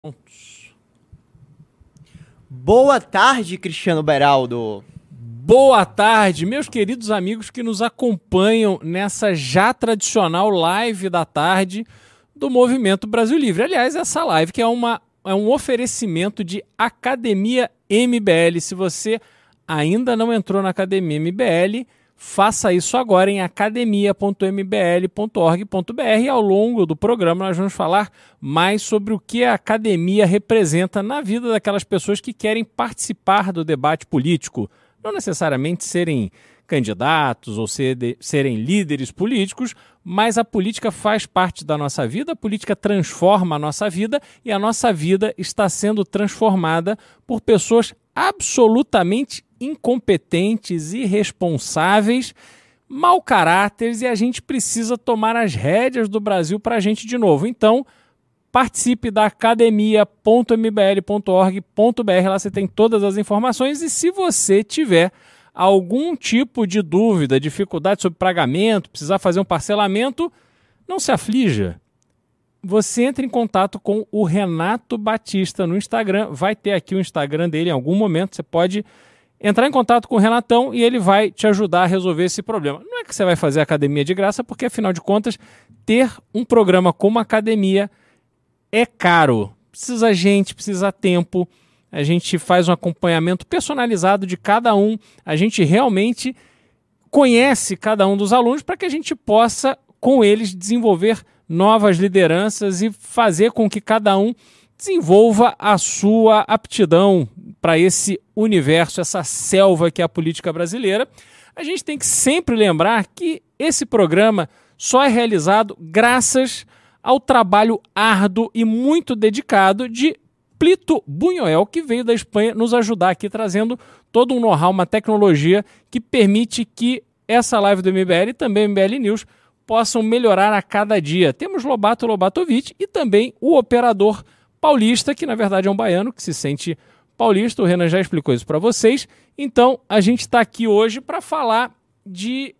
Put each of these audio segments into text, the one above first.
Pontos. Boa tarde, Cristiano Beraldo. Boa tarde, meus queridos amigos que nos acompanham nessa já tradicional live da tarde do Movimento Brasil Livre. Aliás, essa live que é um oferecimento de Academia MBL. Se você ainda não entrou na Academia MBL, faça isso agora em academia.mbl.org.br. Ao longo do programa nós vamos falar mais sobre o que a academia representa na vida daquelas pessoas que querem participar do debate político. Não necessariamente serem candidatos ou serem líderes políticos, mas a política faz parte da nossa vida, a política transforma a nossa vida e a nossa vida está sendo transformada por pessoas absolutamente incompetentes, irresponsáveis, mau caráteres, e a gente precisa tomar as rédeas do Brasil para a gente de novo. Então, participe da academia.mbl.org.br, lá você tem todas as informações, e se você tiver algum tipo de dúvida, dificuldade sobre pagamento, precisar fazer um parcelamento, não se aflija. Você entra em contato com o Renato Batista no Instagram, vai ter aqui o Instagram dele em algum momento, você pode entrar em contato com o Renatão e ele vai te ajudar a resolver esse problema. Não é que você vai fazer academia de graça, porque afinal de contas, ter um programa como academia é caro. Precisa gente, precisa tempo, a gente faz um acompanhamento personalizado de cada um, a gente realmente conhece cada um dos alunos para que a gente possa, com eles, desenvolver novas lideranças e fazer com que cada um desenvolva a sua aptidão para esse universo, essa selva que é a política brasileira. A gente tem que sempre lembrar que esse programa só é realizado graças ao trabalho árduo e muito dedicado de Plito Buñuel, que veio da Espanha nos ajudar aqui, trazendo todo um know-how, uma tecnologia que permite que essa live do MBL e também o MBL News possam melhorar a cada dia. Temos Lobato Lobatovic e também o operador paulista, que na verdade é um baiano que se sente paulista. O Renan já explicou isso para vocês. Então, a gente está aqui hoje para falar de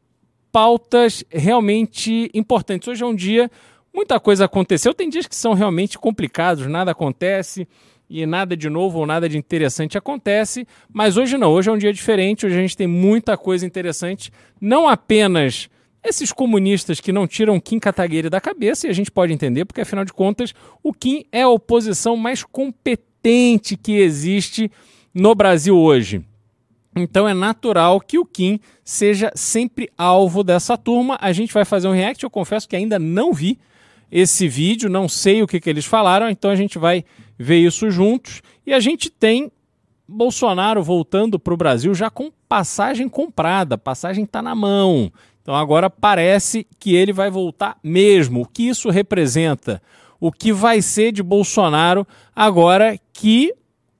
pautas realmente importantes. Hoje é um dia, muita coisa aconteceu. Tem dias que são realmente complicados, nada acontece e nada de novo ou nada de interessante acontece. Mas hoje não, hoje é um dia diferente. Hoje a gente tem muita coisa interessante, não apenas esses comunistas que não tiram Kim Kataguiri da cabeça, e a gente pode entender, porque afinal de contas o Kim é a oposição mais competente que existe no Brasil hoje. Então é natural que o Kim seja sempre alvo dessa turma. A gente vai fazer um react, eu confesso que ainda não vi esse vídeo, não sei o que eles falaram, então a gente vai ver isso juntos. E a gente tem Bolsonaro voltando para o Brasil já com passagem comprada, a passagem está na mão. Então agora parece que ele vai voltar mesmo. O que isso representa? O que vai ser de Bolsonaro agora que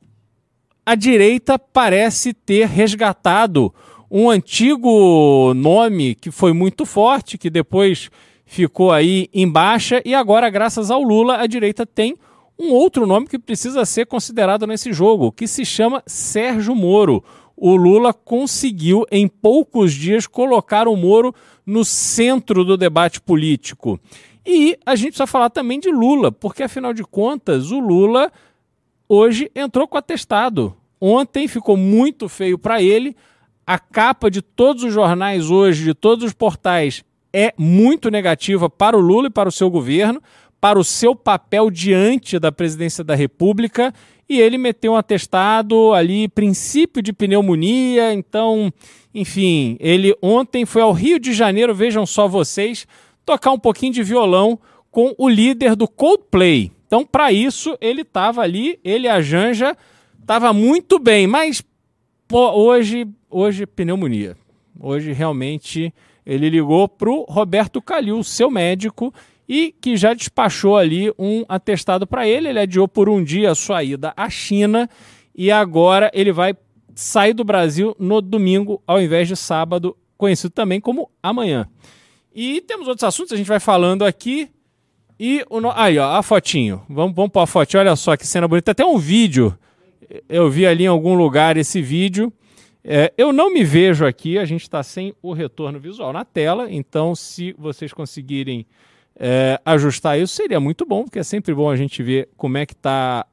a direita parece ter resgatado um antigo nome que foi muito forte, que depois ficou aí em baixa, e agora, graças ao Lula, a direita tem um outro nome que precisa ser considerado nesse jogo, que se chama Sérgio Moro. O Lula conseguiu, em poucos dias, colocar o Moro no centro do debate político. E a gente precisa falar também de Lula, porque, afinal de contas, o Lula hoje entrou com atestado. Ontem ficou muito feio para ele. A capa de todos os jornais hoje, de todos os portais, é muito negativa para o Lula e para o seu governo, para o seu papel diante da presidência da República, e ele meteu um atestado ali, princípio de pneumonia. Então, enfim, ele ontem foi ao Rio de Janeiro, vejam só vocês, tocar um pouquinho de violão com o líder do Coldplay. Então, para isso, ele estava ali, ele e a Janja, estava muito bem, mas pô, hoje pneumonia. Hoje, realmente, ele ligou para o Roberto Calil, seu médico, e que já despachou ali um atestado para ele. Ele adiou por um dia a sua ida à China e agora ele vai sair do Brasil no domingo ao invés de sábado, conhecido também como amanhã. E temos outros assuntos, a gente vai falando aqui. E aí, ó, a fotinho. Vamos pôr a fotinho, olha só que cena bonita. Tem até um vídeo, eu vi ali em algum lugar esse vídeo. Eu não me vejo aqui, a gente está sem o retorno visual na tela, então se vocês conseguirem ajustar isso, seria muito bom, porque é sempre bom a gente ver como é que está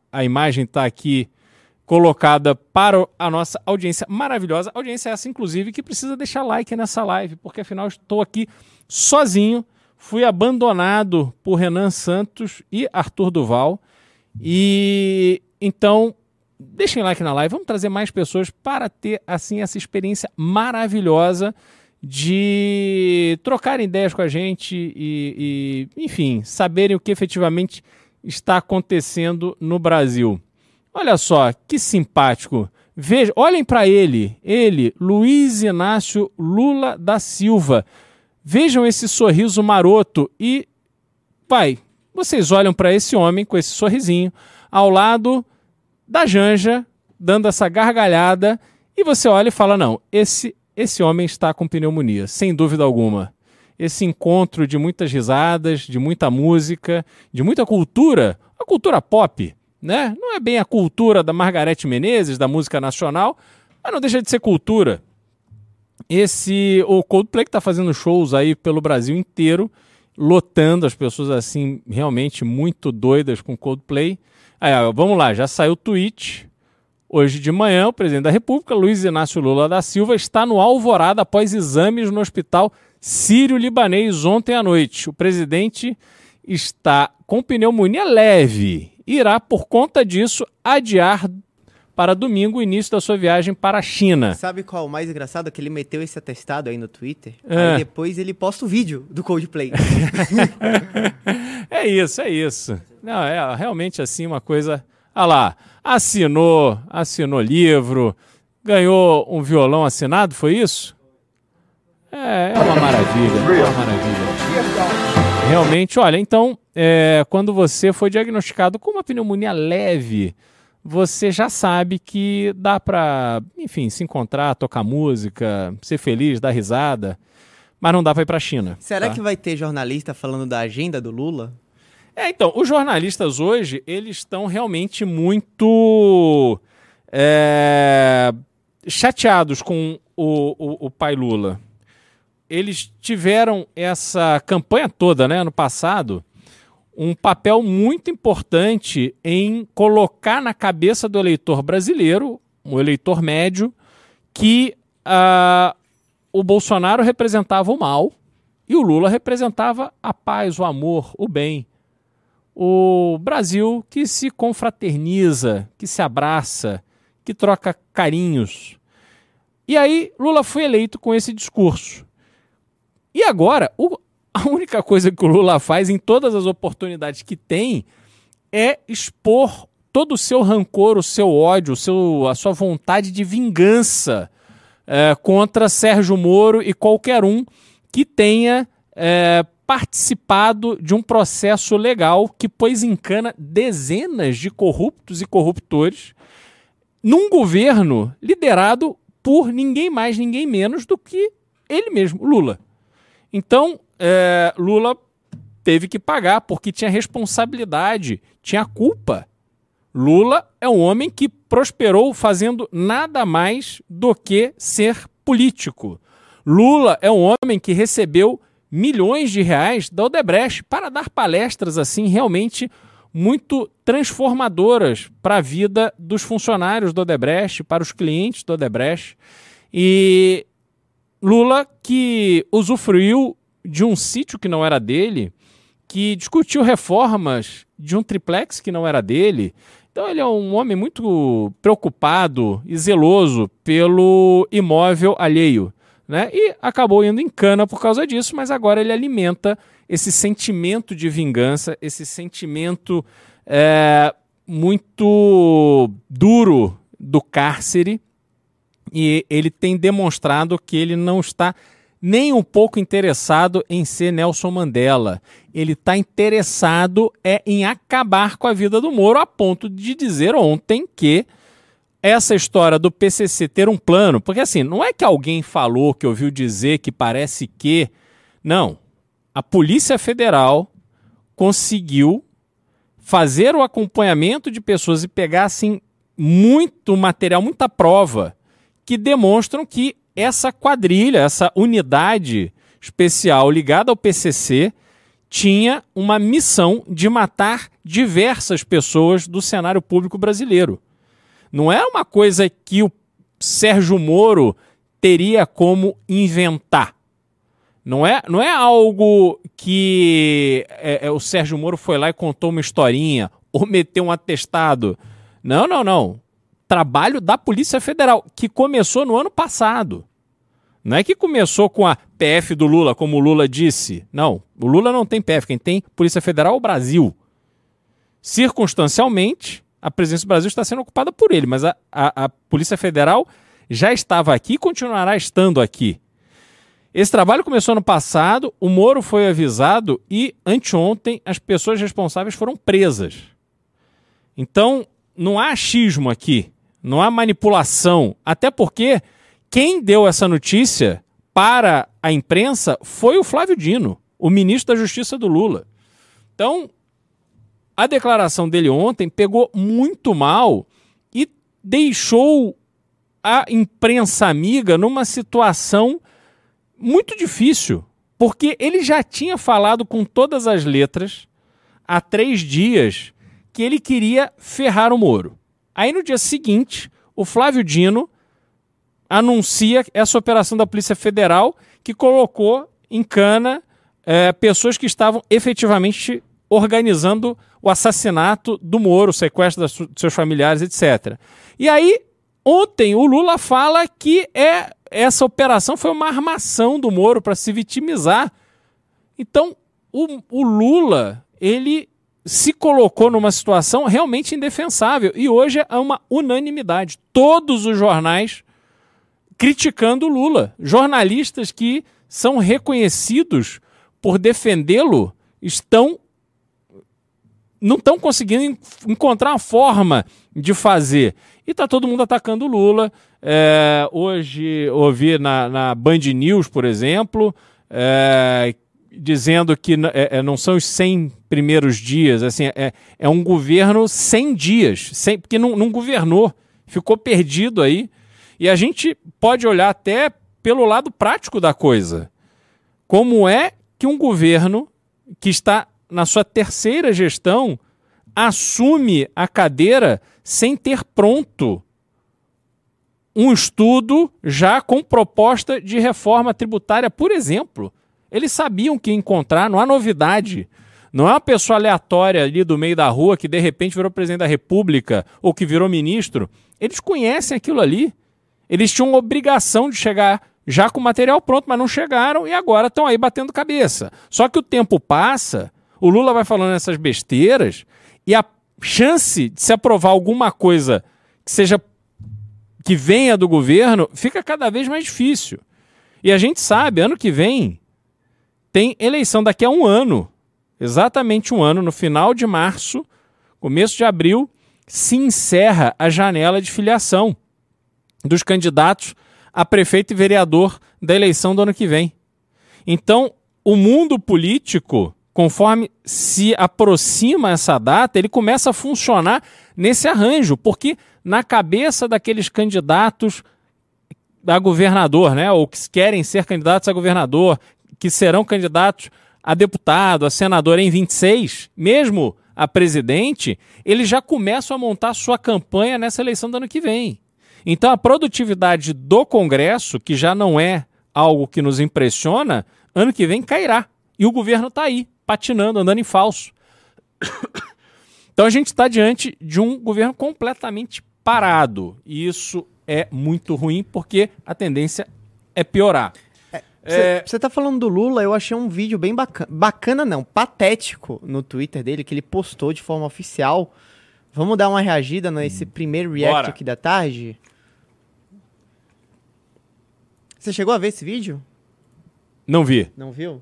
a imagem está aqui colocada para a nossa audiência maravilhosa. Audiência essa, inclusive, que precisa deixar like nessa live, porque afinal estou aqui sozinho. Fui abandonado por Renan Santos e Arthur Duval. E então, deixem like na live. Vamos trazer mais pessoas para ter assim essa experiência maravilhosa de trocarem ideias com a gente e, enfim, saberem o que efetivamente está acontecendo no Brasil. Olha só, que simpático. Veja, olhem para ele, Luiz Inácio Lula da Silva. Vejam esse sorriso maroto e, pai, vocês olham para esse homem com esse sorrisinho ao lado da Janja, dando essa gargalhada, e você olha e fala, não, esse homem está com pneumonia, sem dúvida alguma. Esse encontro de muitas risadas, de muita música, de muita cultura, a cultura pop, né? Não é bem a cultura da Margareth Menezes, da música nacional, mas não deixa de ser cultura. O Coldplay que está fazendo shows aí pelo Brasil inteiro, lotando as pessoas assim, realmente muito doidas com Coldplay. Aí, vamos lá, já saiu o tweet. Hoje de manhã, o presidente da República, Luiz Inácio Lula da Silva, está no Alvorada após exames no hospital sírio-libanês ontem à noite. O presidente está com pneumonia leve e irá, por conta disso, adiar para domingo o início da sua viagem para a China. Sabe qual é o mais engraçado? Que ele meteu esse atestado aí no Twitter, aí depois ele posta o vídeo do Coldplay. É isso. Não, é realmente assim uma coisa... Ah lá, assinou livro, ganhou um violão assinado, foi isso? É uma maravilha, Realmente, olha, então, quando você foi diagnosticado com uma pneumonia leve, você já sabe que dá para, enfim, se encontrar, tocar música, ser feliz, dar risada, mas não dá para ir para a China. Será que vai ter jornalista falando da agenda do Lula? Então, os jornalistas hoje, eles estão realmente muito chateados com o pai Lula. Eles tiveram essa campanha toda, né, ano passado, um papel muito importante em colocar na cabeça do eleitor brasileiro, o eleitor médio, que o Bolsonaro representava o mal e o Lula representava a paz, o amor, o bem. O Brasil que se confraterniza, que se abraça, que troca carinhos. E aí Lula foi eleito com esse discurso. E agora, a única coisa que o Lula faz em todas as oportunidades que tem é expor todo o seu rancor, o seu ódio, a sua vontade de vingança contra Sérgio Moro e qualquer um que tenha participado de um processo legal que pôs em cana dezenas de corruptos e corruptores num governo liderado por ninguém mais, ninguém menos do que ele mesmo, Lula. Então, Lula teve que pagar porque tinha responsabilidade, tinha culpa. Lula é um homem que prosperou fazendo nada mais do que ser político. Lula é um homem que recebeu milhões de reais da Odebrecht para dar palestras assim realmente muito transformadoras para a vida dos funcionários da Odebrecht, para os clientes da Odebrecht. E Lula que usufruiu de um sítio que não era dele, que discutiu reformas de um triplex que não era dele. Então ele é um homem muito preocupado e zeloso pelo imóvel alheio, né? E acabou indo em cana por causa disso, mas agora ele alimenta esse sentimento de vingança, esse sentimento muito duro do cárcere, e ele tem demonstrado que ele não está nem um pouco interessado em ser Nelson Mandela. Ele está interessado em acabar com a vida do Moro, a ponto de dizer ontem que essa história do PCC ter um plano, porque assim, não é que alguém falou, que ouviu dizer, que parece que... Não. A Polícia Federal conseguiu fazer o acompanhamento de pessoas e pegar assim, muito material, muita prova, que demonstram que essa quadrilha, essa unidade especial ligada ao PCC, tinha uma missão de matar diversas pessoas do cenário público brasileiro. Não é uma coisa que o Sérgio Moro teria como inventar. Não é algo que o Sérgio Moro foi lá e contou uma historinha ou meteu um atestado. Não. Trabalho da Polícia Federal, que começou no ano passado. Não é que começou com a PF do Lula, como o Lula disse. Não, o Lula não tem PF, quem tem Polícia Federal é o Brasil. Circunstancialmente, a presidência do Brasil está sendo ocupada por ele, mas a Polícia Federal já estava aqui e continuará estando aqui. Esse trabalho começou no passado, o Moro foi avisado e anteontem as pessoas responsáveis foram presas. Então, não há achismo aqui, não há manipulação, até porque quem deu essa notícia para a imprensa foi o Flávio Dino, o ministro da Justiça do Lula. Então, a declaração dele ontem pegou muito mal e deixou a imprensa amiga numa situação muito difícil, porque ele já tinha falado com todas as letras há 3 dias que ele queria ferrar o Moro. Aí no dia seguinte, o Flávio Dino anuncia essa operação da Polícia Federal que colocou em cana pessoas que estavam efetivamente organizando o assassinato do Moro, o sequestro de seus familiares, etc. E aí, ontem, o Lula fala que essa operação foi uma armação do Moro para se vitimizar. Então, o Lula, ele se colocou numa situação realmente indefensável. E hoje é uma unanimidade. Todos os jornais criticando o Lula. Jornalistas que são reconhecidos por defendê-lo não estão conseguindo encontrar uma forma de fazer. E está todo mundo atacando o Lula. Hoje ouvi na Band News, por exemplo, dizendo que não são os 100 primeiros dias, assim, é um governo 100 dias, porque não governou, ficou perdido aí. E a gente pode olhar até pelo lado prático da coisa. Como é que um governo que está na sua 3ª gestão assume a cadeira sem ter pronto um estudo já com proposta de reforma tributária, por exemplo? Eles sabiam o que encontrar, não há novidade. Não é uma pessoa aleatória ali do meio da rua que de repente virou presidente da República ou que virou ministro. Eles conhecem aquilo ali. Eles tinham obrigação de chegar já com o material pronto, mas não chegaram e agora estão aí batendo cabeça. Só que o tempo passa, o Lula vai falando essas besteiras e a chance de se aprovar alguma coisa que venha do governo fica cada vez mais difícil. E a gente sabe, ano que vem tem eleição daqui a 1 ano, exatamente 1 ano, no final de março, começo de abril, se encerra a janela de filiação dos candidatos a prefeito e vereador da eleição do ano que vem. Então, o mundo político, conforme se aproxima essa data, ele começa a funcionar nesse arranjo, porque na cabeça daqueles candidatos a governador, né, ou que querem ser candidatos a governador, que serão candidatos a deputado, a senador em 26, mesmo a presidente, eles já começam a montar sua campanha nessa eleição do ano que vem. Então a produtividade do Congresso, que já não é algo que nos impressiona, ano que vem cairá. E o governo está aí, patinando, andando em falso. Então a gente está diante de um governo completamente parado. E isso é muito ruim, porque a tendência é piorar. Você tá falando do Lula, eu achei um vídeo bem bacana não, patético no Twitter dele, que ele postou de forma oficial. Vamos dar uma reagida nesse primeiro react aqui da tarde? Você chegou a ver esse vídeo? Não vi. Não viu?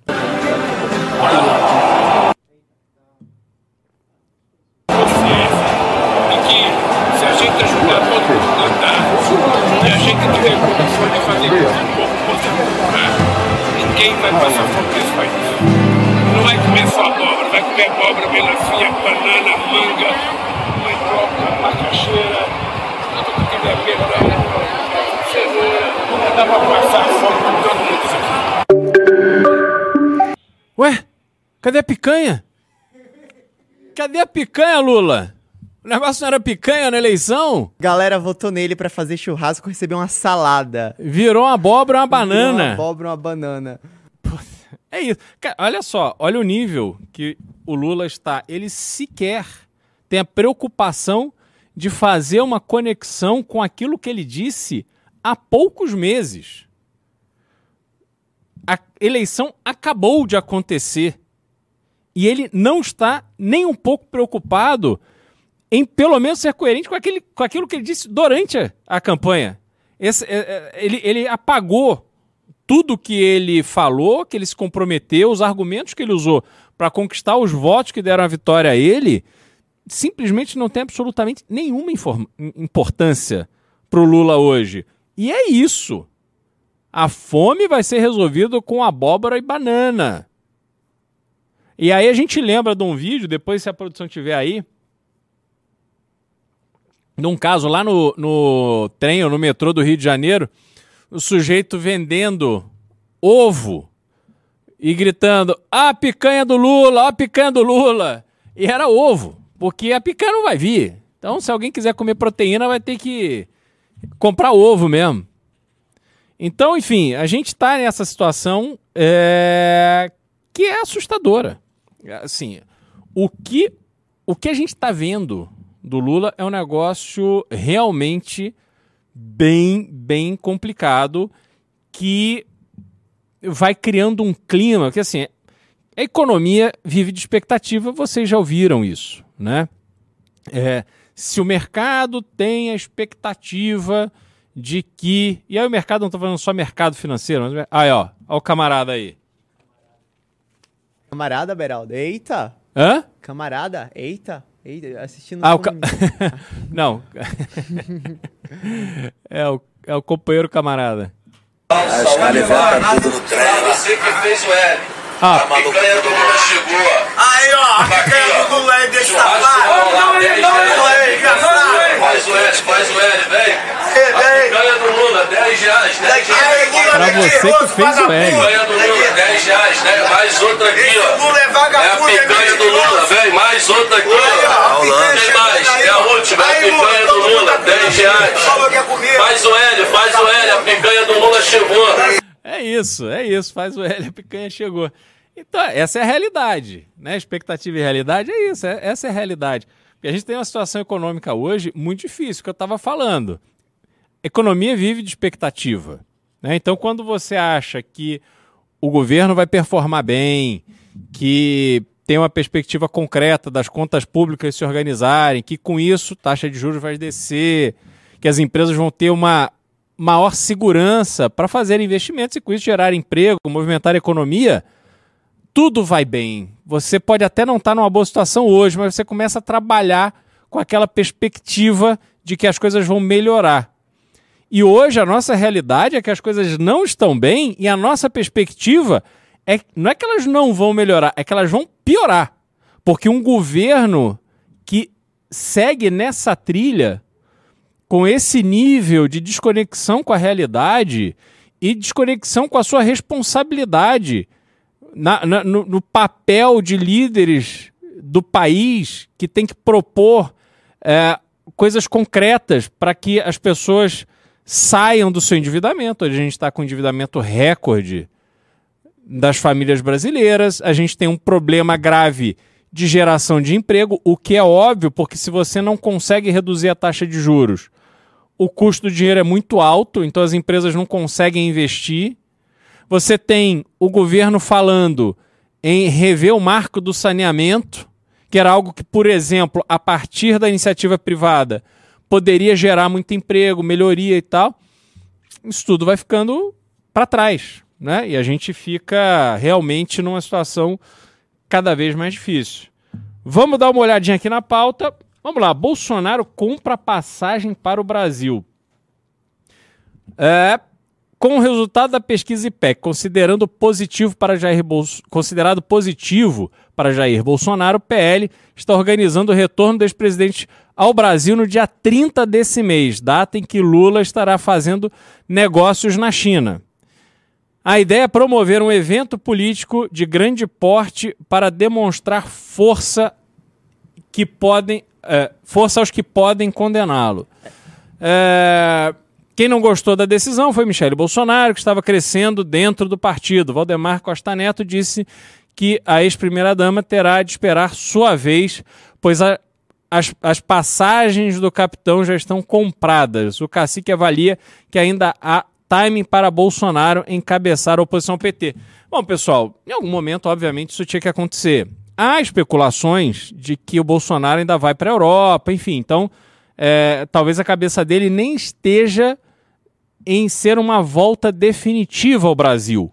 Se a gente ajudar todo mundo a andar e a gente tiver condições de fazer ninguém vai passar fome nesse país. Não vai comer só abóbora, vai comer abóbora, melancia, banana, manga, mandioca, macaxeira, tudo que tiver perdão, cenoura, não dá pra passar fome com todo mundo isso aqui. Ué, Cadê a picanha? Cadê a picanha, Lula? O negócio não era picanha na eleição? Galera votou nele pra fazer churrasco e receber uma salada. Virou uma abóbora, uma banana. Uma abóbora, uma banana. É isso. Cara, olha só, olha o nível que o Lula está. Ele sequer tem a preocupação de fazer uma conexão com aquilo que ele disse há poucos meses. A eleição acabou de acontecer e ele não está nem um pouco preocupado em pelo menos ser coerente com aquilo que ele disse durante a campanha. Ele apagou tudo que ele falou, que ele se comprometeu, os argumentos que ele usou para conquistar os votos que deram a vitória a ele, simplesmente não tem absolutamente nenhuma importância para o Lula hoje. E é isso. A fome vai ser resolvida com abóbora e banana. E aí a gente lembra de um vídeo, depois se a produção tiver aí, num caso lá no trem ou no metrô do Rio de Janeiro, o sujeito vendendo ovo e gritando, a picanha do Lula, a picanha do Lula. E era ovo, porque a picanha não vai vir. Então, se alguém quiser comer proteína, vai ter que comprar ovo mesmo. Então, enfim, a gente está nessa situação que é assustadora. Assim, o que a gente está vendo do Lula é um negócio realmente bem complicado, que vai criando um clima, que assim, a economia vive de expectativa, vocês já ouviram isso, né? Se o mercado tem a expectativa de que... E aí o mercado, não estou falando só mercado financeiro, mas... Aí, ó o camarada aí. Camarada, Beraldo, eita! Hã? Camarada, eita! Assistindo... Não. É o companheiro camarada. Os caras levantam tudo no trem. Você que fez o L. A picanha do Lula chegou. Aí, ó, a picanha do Lula aí desse safado. Faz o L, vem. A picanha do Lula, 10 reais. Pra você que fez o L. A picanha do Lula, 10 reais, né? Mais outra aqui, ó. É a picanha do Lula, vem. Mais outra aqui, ó. Tem mais, é a última. É a picanha do Lula, 10 reais. Faz o L, a picanha do Lula chegou. É isso, faz o L, a picanha chegou. Então, essa é a realidade, né? Expectativa e realidade é isso, essa é a realidade. Porque a gente tem uma situação econômica hoje muito difícil, que eu estava falando. Economia vive de expectativa, né? Então, quando você acha que o governo vai performar bem, que tem uma perspectiva concreta das contas públicas se organizarem, que com isso taxa de juros vai descer, que as empresas vão ter uma maior segurança para fazer investimentos e com isso gerar emprego, movimentar a economia, tudo vai bem. Você pode até não estar numa boa situação hoje, mas você começa a trabalhar com aquela perspectiva de que as coisas vão melhorar. E hoje a nossa realidade é que as coisas não estão bem e a nossa perspectiva não é que elas não vão melhorar, é que elas vão piorar. Porque um governo que segue nessa trilha, com esse nível de desconexão com a realidade e desconexão com a sua responsabilidade no papel de líderes do país que tem que propor coisas concretas para que as pessoas saiam do seu endividamento. Hoje a gente está com um endividamento recorde das famílias brasileiras, a gente tem um problema grave de geração de emprego, o que é óbvio, porque se você não consegue reduzir a taxa de juros, o custo do dinheiro é muito alto, então as empresas não conseguem investir. Você tem o governo falando em rever o marco do saneamento, que era algo que, por exemplo, a partir da iniciativa privada, poderia gerar muito emprego, melhoria e tal. Isso tudo vai ficando para trás, né? E a gente fica realmente numa situação cada vez mais difícil. Vamos dar uma olhadinha aqui na pauta. Vamos lá, Bolsonaro compra passagem para o Brasil. Com o resultado da pesquisa IPEC, considerado positivo para Jair Bolsonaro, o PL está organizando o retorno do ex-presidente ao Brasil no dia 30 desse mês, data em que Lula estará fazendo negócios na China. A ideia é promover um evento político de grande porte para demonstrar força aos que podem condená-lo. Quem não gostou da decisão foi Michele Bolsonaro, que estava crescendo dentro do partido. Valdemar Costa Neto disse que a ex-primeira-dama terá de esperar sua vez, pois as passagens do capitão já estão compradas. O cacique avalia que ainda há timing para Bolsonaro encabeçar a oposição ao PT. Bom, pessoal, em algum momento, obviamente, isso tinha que acontecer. Há especulações de que o Bolsonaro ainda vai para a Europa, enfim, então talvez a cabeça dele nem esteja em ser uma volta definitiva ao Brasil.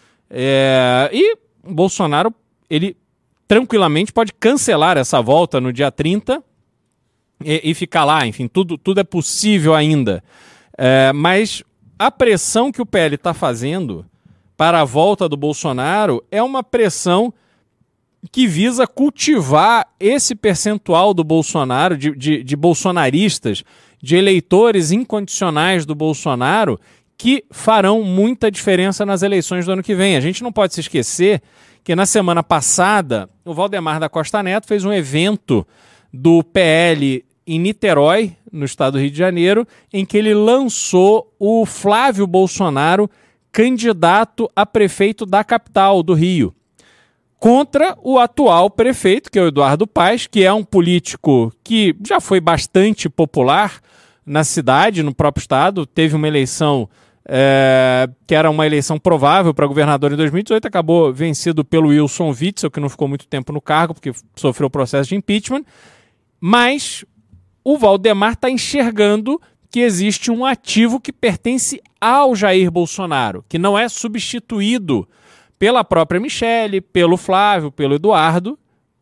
E o Bolsonaro, ele tranquilamente pode cancelar essa volta no dia 30 e ficar lá, enfim, tudo é possível ainda. Mas a pressão que o PL está fazendo para a volta do Bolsonaro é uma pressão que visa cultivar esse percentual do Bolsonaro, de bolsonaristas, de eleitores incondicionais do Bolsonaro, que farão muita diferença nas eleições do ano que vem. A gente não pode se esquecer que na semana passada o Valdemar da Costa Neto fez um evento do PL em Niterói, no estado do Rio de Janeiro, em que ele lançou o Flávio Bolsonaro, candidato a prefeito da capital do Rio, contra o atual prefeito, que é o Eduardo Paes, que é um político que já foi bastante popular na cidade, no próprio estado. Teve uma eleição que era uma eleição provável para governador em 2018, acabou vencido pelo Wilson Witzel, que não ficou muito tempo no cargo, porque sofreu o processo de impeachment. Mas o Valdemar está enxergando que existe um ativo que pertence ao Jair Bolsonaro, que não é substituído pela própria Michele, pelo Flávio, pelo Eduardo,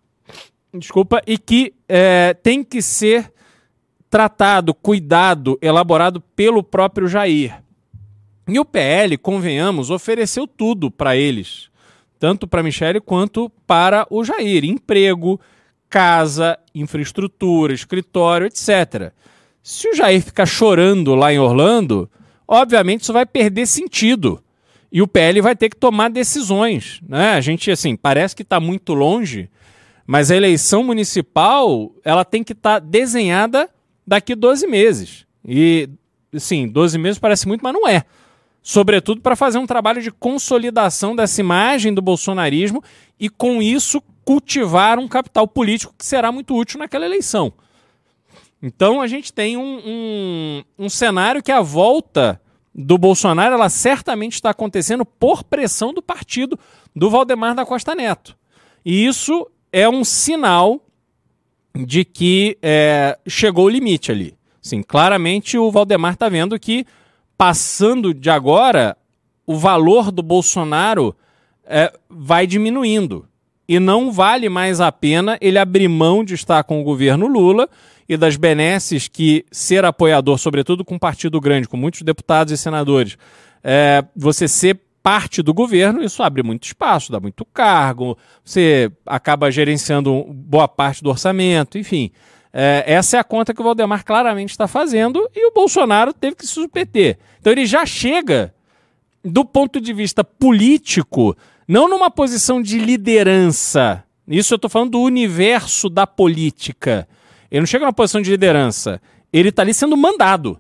e que tem que ser tratado, cuidado, elaborado pelo próprio Jair. E o PL, convenhamos, ofereceu tudo para eles, tanto para a Michele quanto para o Jair: emprego, casa, infraestrutura, escritório, etc. Se o Jair ficar chorando lá em Orlando, obviamente isso vai perder sentido. E o PL vai ter que tomar decisões, né? A gente, assim, parece que está muito longe, mas a eleição municipal, ela tem que estar desenhada daqui 12 meses. E, sim, 12 meses parece muito, mas não é. Sobretudo para fazer um trabalho de consolidação dessa imagem do bolsonarismo e, com isso, cultivar um capital político que será muito útil naquela eleição. Então, a gente tem um cenário que a volta do Bolsonaro, ela certamente está acontecendo por pressão do partido do Valdemar da Costa Neto. E isso é um sinal de que chegou o limite ali. Sim, claramente o Valdemar está vendo que, passando de agora, o valor do Bolsonaro vai diminuindo. E não vale mais a pena ele abrir mão de estar com o governo Lula e das benesses que ser apoiador, sobretudo com um partido grande, com muitos deputados e senadores, você ser parte do governo, isso abre muito espaço, dá muito cargo, você acaba gerenciando boa parte do orçamento, enfim. Essa é a conta que o Valdemar claramente está fazendo e o Bolsonaro teve que se submeter. Então ele já chega, do ponto de vista político, não numa posição de liderança. Isso eu estou falando do universo da política. Ele não chega numa posição de liderança. Ele está ali sendo mandado.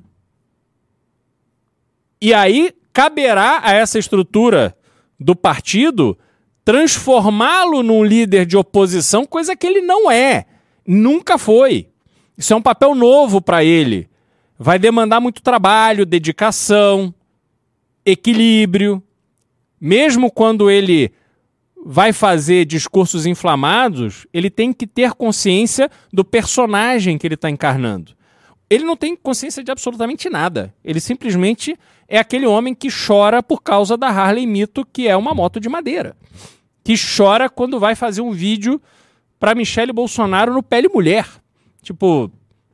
E aí caberá a essa estrutura do partido transformá-lo num líder de oposição, coisa que ele não é. Nunca foi. Isso é um papel novo para ele. Vai demandar muito trabalho, dedicação, equilíbrio. Mesmo quando ele vai fazer discursos inflamados, ele tem que ter consciência do personagem que ele está encarnando. Ele não tem consciência de absolutamente nada. Ele simplesmente é aquele homem que chora por causa da Harley Mito, que é uma moto de madeira. Que chora quando vai fazer um vídeo para Michele Bolsonaro no Pele Mulher. Tipo,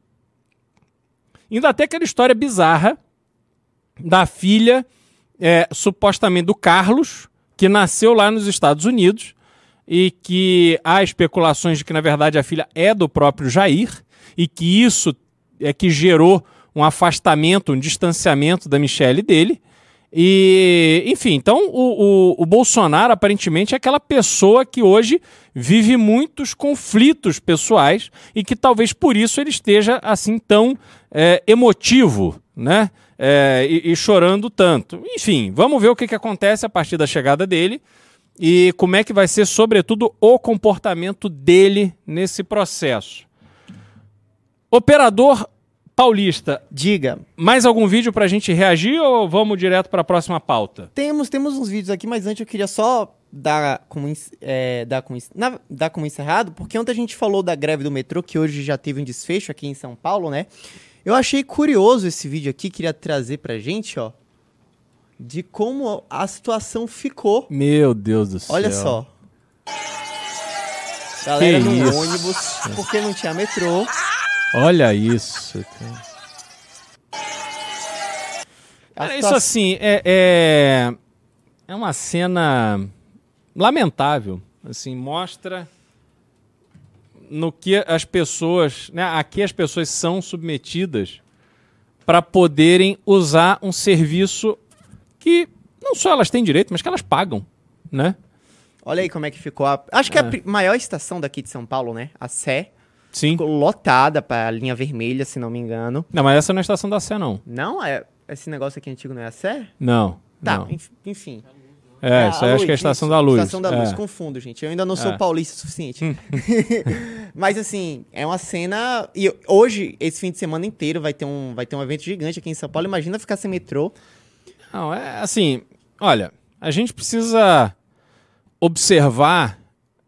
ainda até aquela história bizarra da filha, supostamente do Carlos, que nasceu lá nos Estados Unidos e que há especulações de que, na verdade, a filha é do próprio Jair e que isso é que gerou um afastamento, um distanciamento da Michele dele. E, enfim, então o Bolsonaro aparentemente é aquela pessoa que hoje vive muitos conflitos pessoais e que talvez por isso ele esteja assim tão emotivo, né? E chorando tanto. Enfim, vamos ver o que acontece a partir da chegada dele e como é que vai ser, sobretudo, o comportamento dele nesse processo. Operador Paulista, diga. Mais algum vídeo pra gente reagir ou vamos direto para a próxima pauta? Temos uns vídeos aqui, mas antes eu queria só dar como encerrado, porque ontem a gente falou da greve do metrô, que hoje já teve um desfecho aqui em São Paulo, né? Eu achei curioso esse vídeo aqui, queria trazer pra gente, ó, de como a situação ficou. Meu Deus do céu. Olha só. Galera no ônibus, porque não tinha metrô. Olha isso. Isso assim, é uma cena lamentável. Assim, mostra no que as pessoas, né, aqui as pessoas são submetidas para poderem usar um serviço que não só elas têm direito, mas que elas pagam, né? Olha aí como é que ficou. Acho que é a maior estação daqui de São Paulo, né? A Sé. Sim. Ficou lotada pra linha vermelha, se não me engano. Não, mas essa não é a estação da Sé, não. Não? Esse negócio aqui antigo não é a Sé? Não. Tá, não. Enfim. Isso aí acho que é a Estação da Luz. Estação da Luz, confundo, gente. Eu ainda não sou paulista o suficiente. Mas, assim, é uma cena... E hoje, esse fim de semana inteiro, vai ter um evento gigante aqui em São Paulo. Imagina ficar sem metrô. Não, assim... Olha, a gente precisa observar,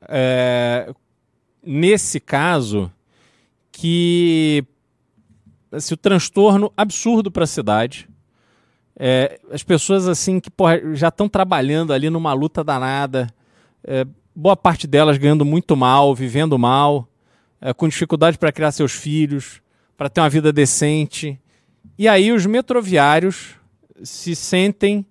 nesse caso, que assim, o transtorno absurdo para a cidade... as pessoas assim que já estão trabalhando ali numa luta danada, boa parte delas ganhando muito mal, vivendo mal, com dificuldade para criar seus filhos, para ter uma vida decente. E aí os metroviários se sentem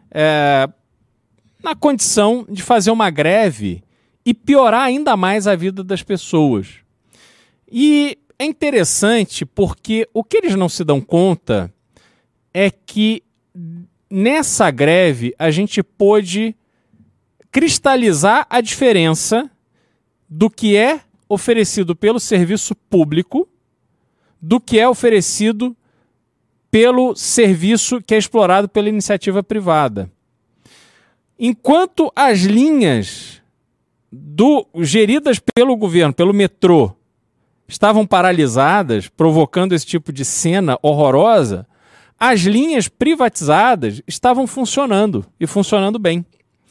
na condição de fazer uma greve e piorar ainda mais a vida das pessoas. E é interessante porque o que eles não se dão conta é que nessa greve a gente pôde cristalizar a diferença do que é oferecido pelo serviço público do que é oferecido pelo serviço que é explorado pela iniciativa privada. Enquanto as linhas geridas pelo governo, pelo metrô, estavam paralisadas, provocando esse tipo de cena horrorosa, as linhas privatizadas estavam funcionando, e funcionando bem.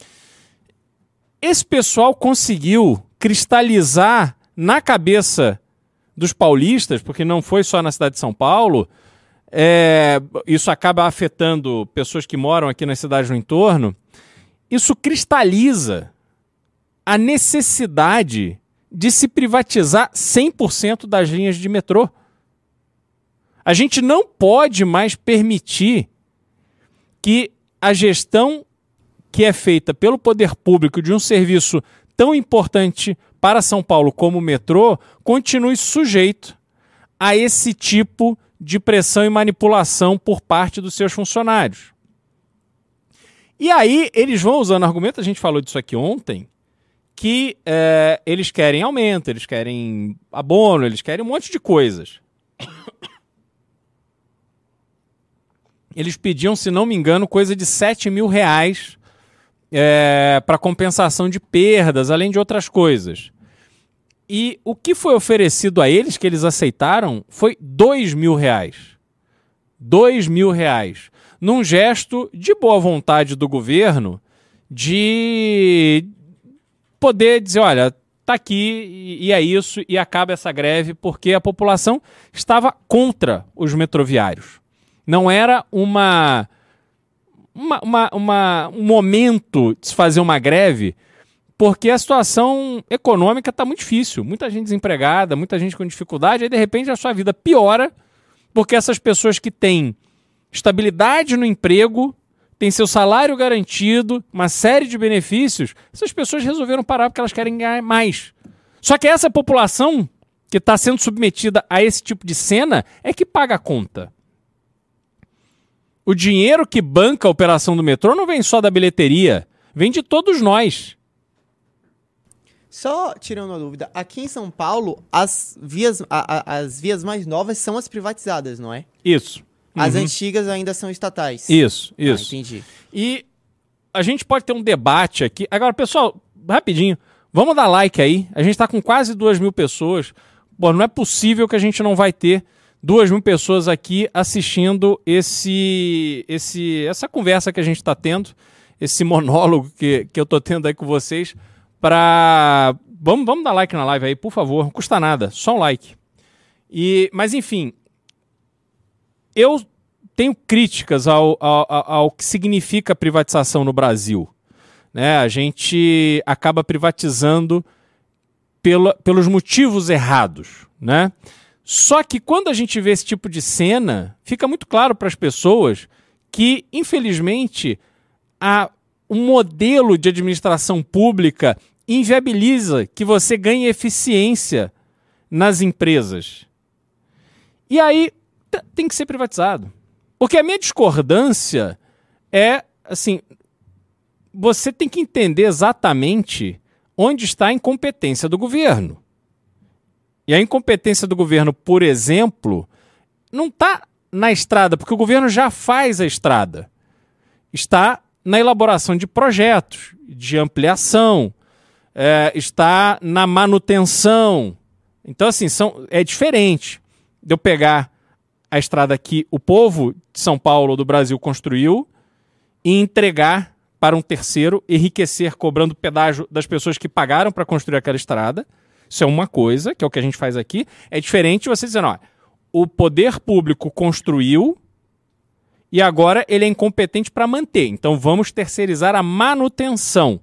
Esse pessoal conseguiu cristalizar na cabeça dos paulistas, porque não foi só na cidade de São Paulo, isso acaba afetando pessoas que moram aqui nas cidades no entorno, isso cristaliza a necessidade de se privatizar 100% das linhas de metrô. A gente não pode mais permitir que a gestão que é feita pelo poder público de um serviço tão importante para São Paulo como o metrô continue sujeito a esse tipo de pressão e manipulação por parte dos seus funcionários. E aí eles vão usando argumento, a gente falou disso aqui ontem, que eles querem aumento, eles querem abono, eles querem um monte de coisas. Eles pediam, se não me engano, coisa de R$7 mil para compensação de perdas, além de outras coisas. E o que foi oferecido a eles, que eles aceitaram, foi R$2 mil. R$2 mil. Num gesto de boa vontade do governo de poder dizer, olha, tá aqui e é isso, e acaba essa greve, porque a população estava contra os metroviários. Não era um momento de se fazer uma greve, porque a situação econômica está muito difícil. Muita gente desempregada, muita gente com dificuldade, aí de repente a sua vida piora, porque essas pessoas que têm estabilidade no emprego, têm seu salário garantido, uma série de benefícios, essas pessoas resolveram parar porque elas querem ganhar mais. Só que essa população que está sendo submetida a esse tipo de cena é que paga a conta. O dinheiro que banca a operação do metrô não vem só da bilheteria, vem de todos nós. Só tirando uma dúvida, aqui em São Paulo, as vias mais novas são as privatizadas, não é? Isso. As antigas ainda são estatais. Isso. Entendi. E a gente pode ter um debate aqui. Agora, pessoal, rapidinho, vamos dar like aí. A gente está com quase 2.000 pessoas. Pô, não é possível que a gente não vai ter 2.000 pessoas aqui assistindo essa conversa que a gente está tendo, esse monólogo que eu estou tendo aí com vocês. Vamos dar like na live aí, por favor. Não custa nada, só um like. Mas, enfim, eu tenho críticas ao que significa privatização no Brasil. Né? A gente acaba privatizando pelos motivos errados, né? Só que quando a gente vê esse tipo de cena, fica muito claro para as pessoas que, infelizmente, um modelo de administração pública inviabiliza que você ganhe eficiência nas empresas. E aí tem que ser privatizado. Porque a minha discordância é, assim, você tem que entender exatamente onde está a incompetência do governo. E a incompetência do governo, por exemplo, não está na estrada, porque o governo já faz a estrada. Está na elaboração de projetos, de ampliação, está na manutenção. Então, assim, é diferente de eu pegar a estrada que o povo de São Paulo, do Brasil, construiu e entregar para um terceiro, enriquecer cobrando pedágio das pessoas que pagaram para construir aquela estrada. Isso é uma coisa, que é o que a gente faz aqui. É diferente de você dizendo, ó, o poder público construiu e agora ele é incompetente para manter. Então vamos terceirizar a manutenção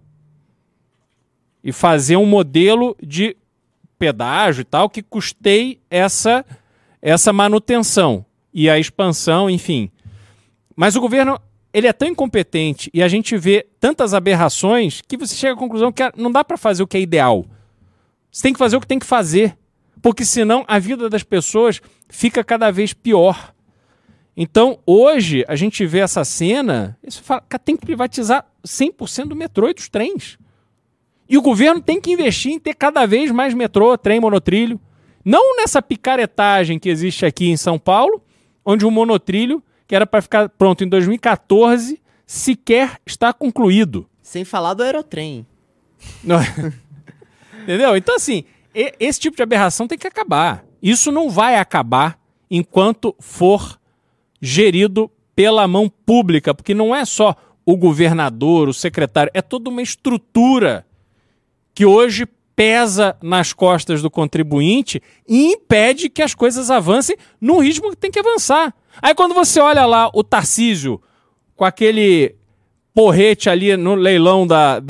e fazer um modelo de pedágio e tal que custeie essa manutenção e a expansão, enfim. Mas o governo, ele é tão incompetente e a gente vê tantas aberrações que você chega à conclusão que não dá para fazer o que é ideal. Você tem que fazer o que tem que fazer, porque senão a vida das pessoas fica cada vez pior. Então, hoje, a gente vê essa cena, você fala que tem que privatizar 100% do metrô e dos trens. E o governo tem que investir em ter cada vez mais metrô, trem, monotrilho. Não nessa picaretagem que existe aqui em São Paulo, onde o monotrilho, que era para ficar pronto em 2014, sequer está concluído. Sem falar do aerotrem. Não. Entendeu? Então, assim, esse tipo de aberração tem que acabar. Isso não vai acabar enquanto for gerido pela mão pública, porque não é só o governador, o secretário, é toda uma estrutura que hoje pesa nas costas do contribuinte e impede que as coisas avancem no ritmo que tem que avançar. Aí quando você olha lá o Tarcísio com aquele porrete ali no leilão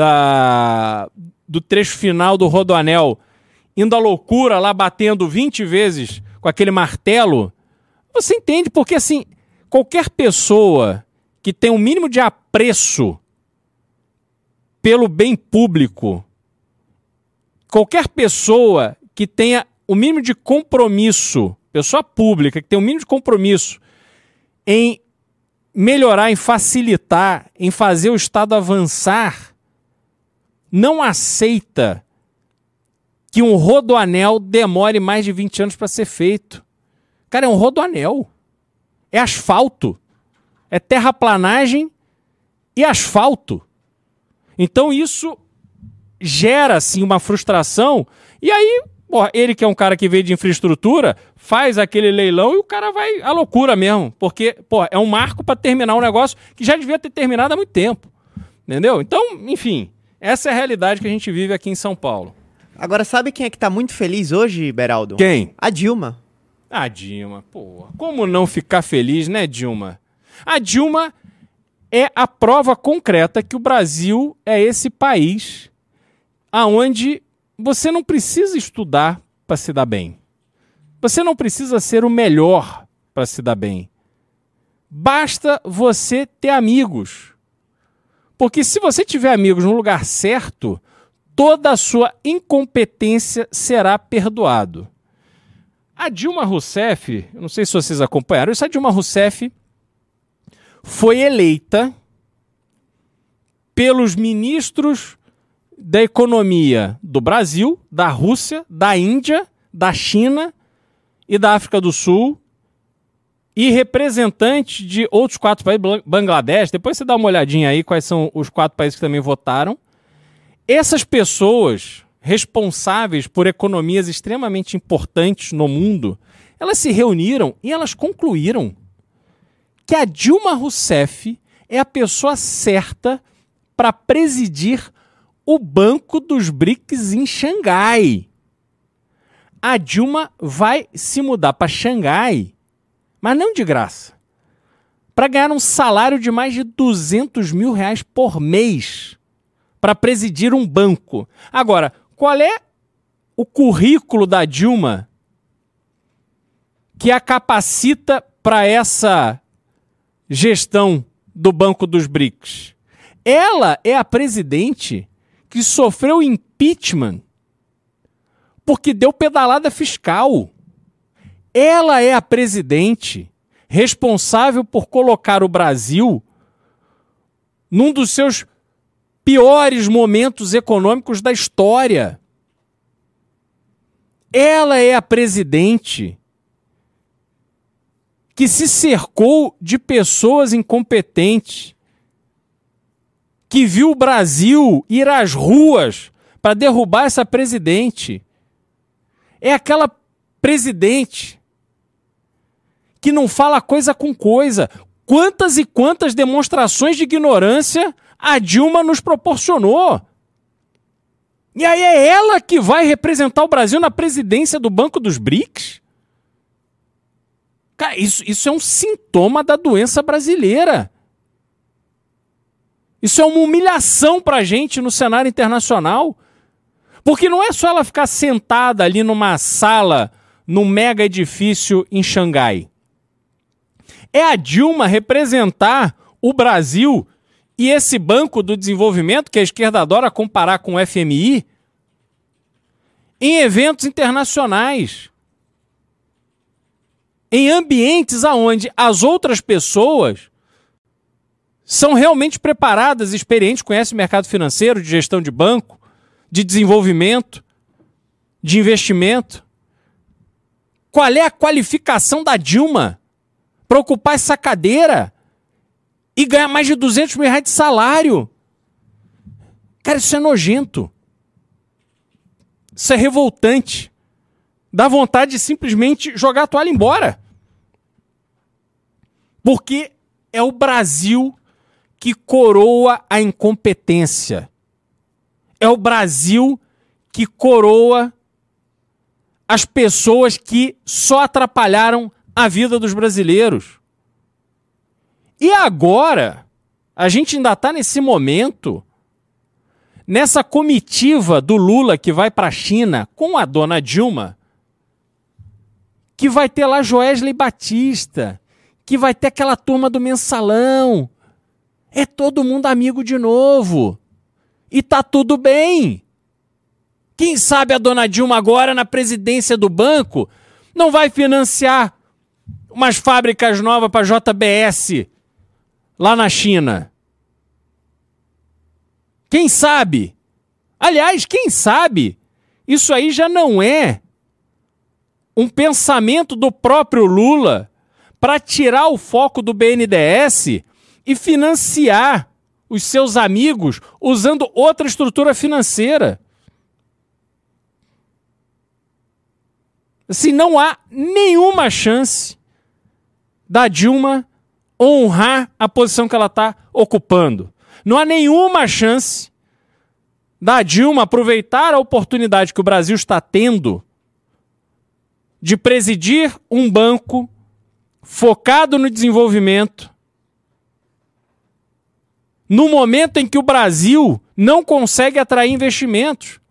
do trecho final do Rodoanel, indo à loucura lá, batendo 20 vezes com aquele martelo, você entende, porque assim, qualquer pessoa que tem um mínimo de apreço pelo bem público, qualquer pessoa que tenha o mínimo de compromisso, pessoa pública que tem o mínimo de compromisso em melhorar, em facilitar, em fazer o Estado avançar, não aceita que um rodoanel demore mais de 20 anos para ser feito. Cara, é um rodoanel. É asfalto. É terraplanagem e asfalto. Então isso gera, assim, uma frustração. E aí, porra, ele que é um cara que veio de infraestrutura, faz aquele leilão e o cara vai à loucura mesmo. Porque, porra, é um marco para terminar um negócio que já devia ter terminado há muito tempo. Entendeu? Então, enfim... Essa é a realidade que a gente vive aqui em São Paulo. Agora, sabe quem é que tá muito feliz hoje, Beraldo? Quem? A Dilma. A Dilma, pô. Como não ficar feliz, né, Dilma? A Dilma é a prova concreta que o Brasil é esse país aonde você não precisa estudar para se dar bem. Você não precisa ser o melhor para se dar bem. Basta você ter amigos. Porque se você tiver amigos no lugar certo, toda a sua incompetência será perdoado. A Dilma Rousseff, eu não sei se vocês acompanharam isso, a Dilma Rousseff foi eleita pelos ministros da economia do Brasil, da Rússia, da Índia, da China e da África do Sul, e representantes de outros 4 países, Bangladesh. Depois você dá uma olhadinha aí quais são os 4 países que também votaram. Essas pessoas responsáveis por economias extremamente importantes no mundo, elas se reuniram e elas concluíram que a Dilma Rousseff é a pessoa certa para presidir o Banco dos BRICS em Xangai. A Dilma vai se mudar para Xangai, mas não de graça, para ganhar um salário de mais de R$200 mil por mês para presidir um banco. Agora, qual é o currículo da Dilma que a capacita para essa gestão do Banco dos BRICS? Ela é a presidente que sofreu impeachment porque deu pedalada fiscal. Ela é a presidente responsável por colocar o Brasil num dos seus piores momentos econômicos da história. Ela é a presidente que se cercou de pessoas incompetentes, que viu o Brasil ir às ruas para derrubar essa presidente. É aquela presidente que não fala coisa com coisa. Quantas e quantas demonstrações de ignorância a Dilma nos proporcionou. E aí é ela que vai representar o Brasil na presidência do Banco dos BRICS? Cara, isso é um sintoma da doença brasileira. Isso é uma humilhação pra gente no cenário internacional. Porque não é só ela ficar sentada ali numa sala, num mega edifício em Xangai. É a Dilma representar o Brasil e esse Banco do Desenvolvimento, que a esquerda adora comparar com o FMI, em eventos internacionais. Em ambientes onde as outras pessoas são realmente preparadas, experientes, conhecem o mercado financeiro, de gestão de banco, de desenvolvimento, de investimento. Qual é a qualificação da Dilma para ocupar essa cadeira e ganhar mais de R$200 mil de salário? Cara, isso é nojento. Isso é revoltante. Dá vontade de simplesmente jogar a toalha embora. Porque é o Brasil que coroa a incompetência. É o Brasil que coroa as pessoas que só atrapalharam a vida dos brasileiros. E agora, a gente ainda está nesse momento, nessa comitiva do Lula que vai para a China com a dona Dilma, que vai ter lá Joesley Batista, que vai ter aquela turma do Mensalão. É todo mundo amigo de novo. E tá tudo bem. Quem sabe a dona Dilma agora na presidência do banco não vai financiar umas fábricas novas para JBS lá na China. Quem sabe? Aliás, quem sabe? Isso aí já não é um pensamento do próprio Lula para tirar o foco do BNDES e financiar os seus amigos usando outra estrutura financeira. Assim, não há nenhuma chance da Dilma honrar a posição que ela está ocupando. Não há nenhuma chance da Dilma aproveitar a oportunidade que o Brasil está tendo de presidir um banco focado no desenvolvimento, no momento em que o Brasil não consegue atrair investimentos.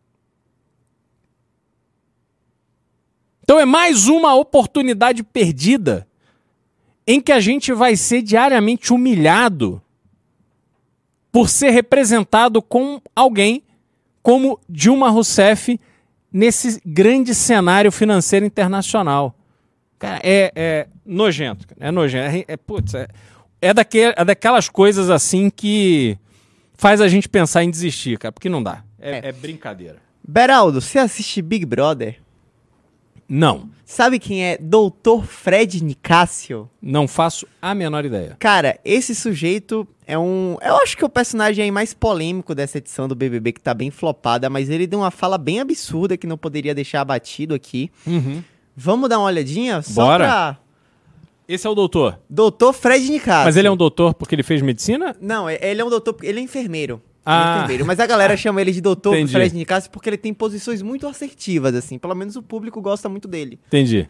Então é mais uma oportunidade perdida em que a gente vai ser diariamente humilhado por ser representado com alguém como Dilma Rousseff nesse grande cenário financeiro internacional. Cara, é nojento. É nojento. é daquelas coisas assim que faz a gente pensar em desistir, cara, porque não dá. É brincadeira. Beraldo, você assiste Big Brother? Não. Sabe quem é Dr. Fred Nicásio? Não faço a menor ideia. Cara, esse sujeito é um... Eu acho que é o personagem aí mais polêmico dessa edição do BBB, que tá bem flopada, mas ele deu uma fala bem absurda que não poderia deixar abatido aqui. Vamos dar uma olhadinha? Bora. Esse é o doutor? Dr. Fred Nicásio. Mas ele é um doutor porque ele fez medicina? Não, ele é um doutor... Ele é enfermeiro. Mas a galera chama ele de Dr. Fred Nicásio porque ele tem posições muito assertivas, assim. Pelo menos o público gosta muito dele. Entendi.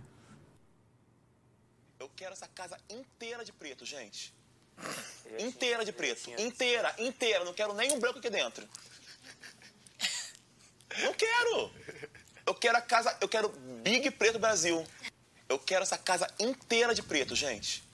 Eu quero essa casa inteira de preto, gente. Inteira de preto. Inteira. Não quero nem um branco aqui dentro. Não quero. Eu quero a casa... Eu quero Big Preto Brasil. Eu quero essa casa inteira de preto, gente.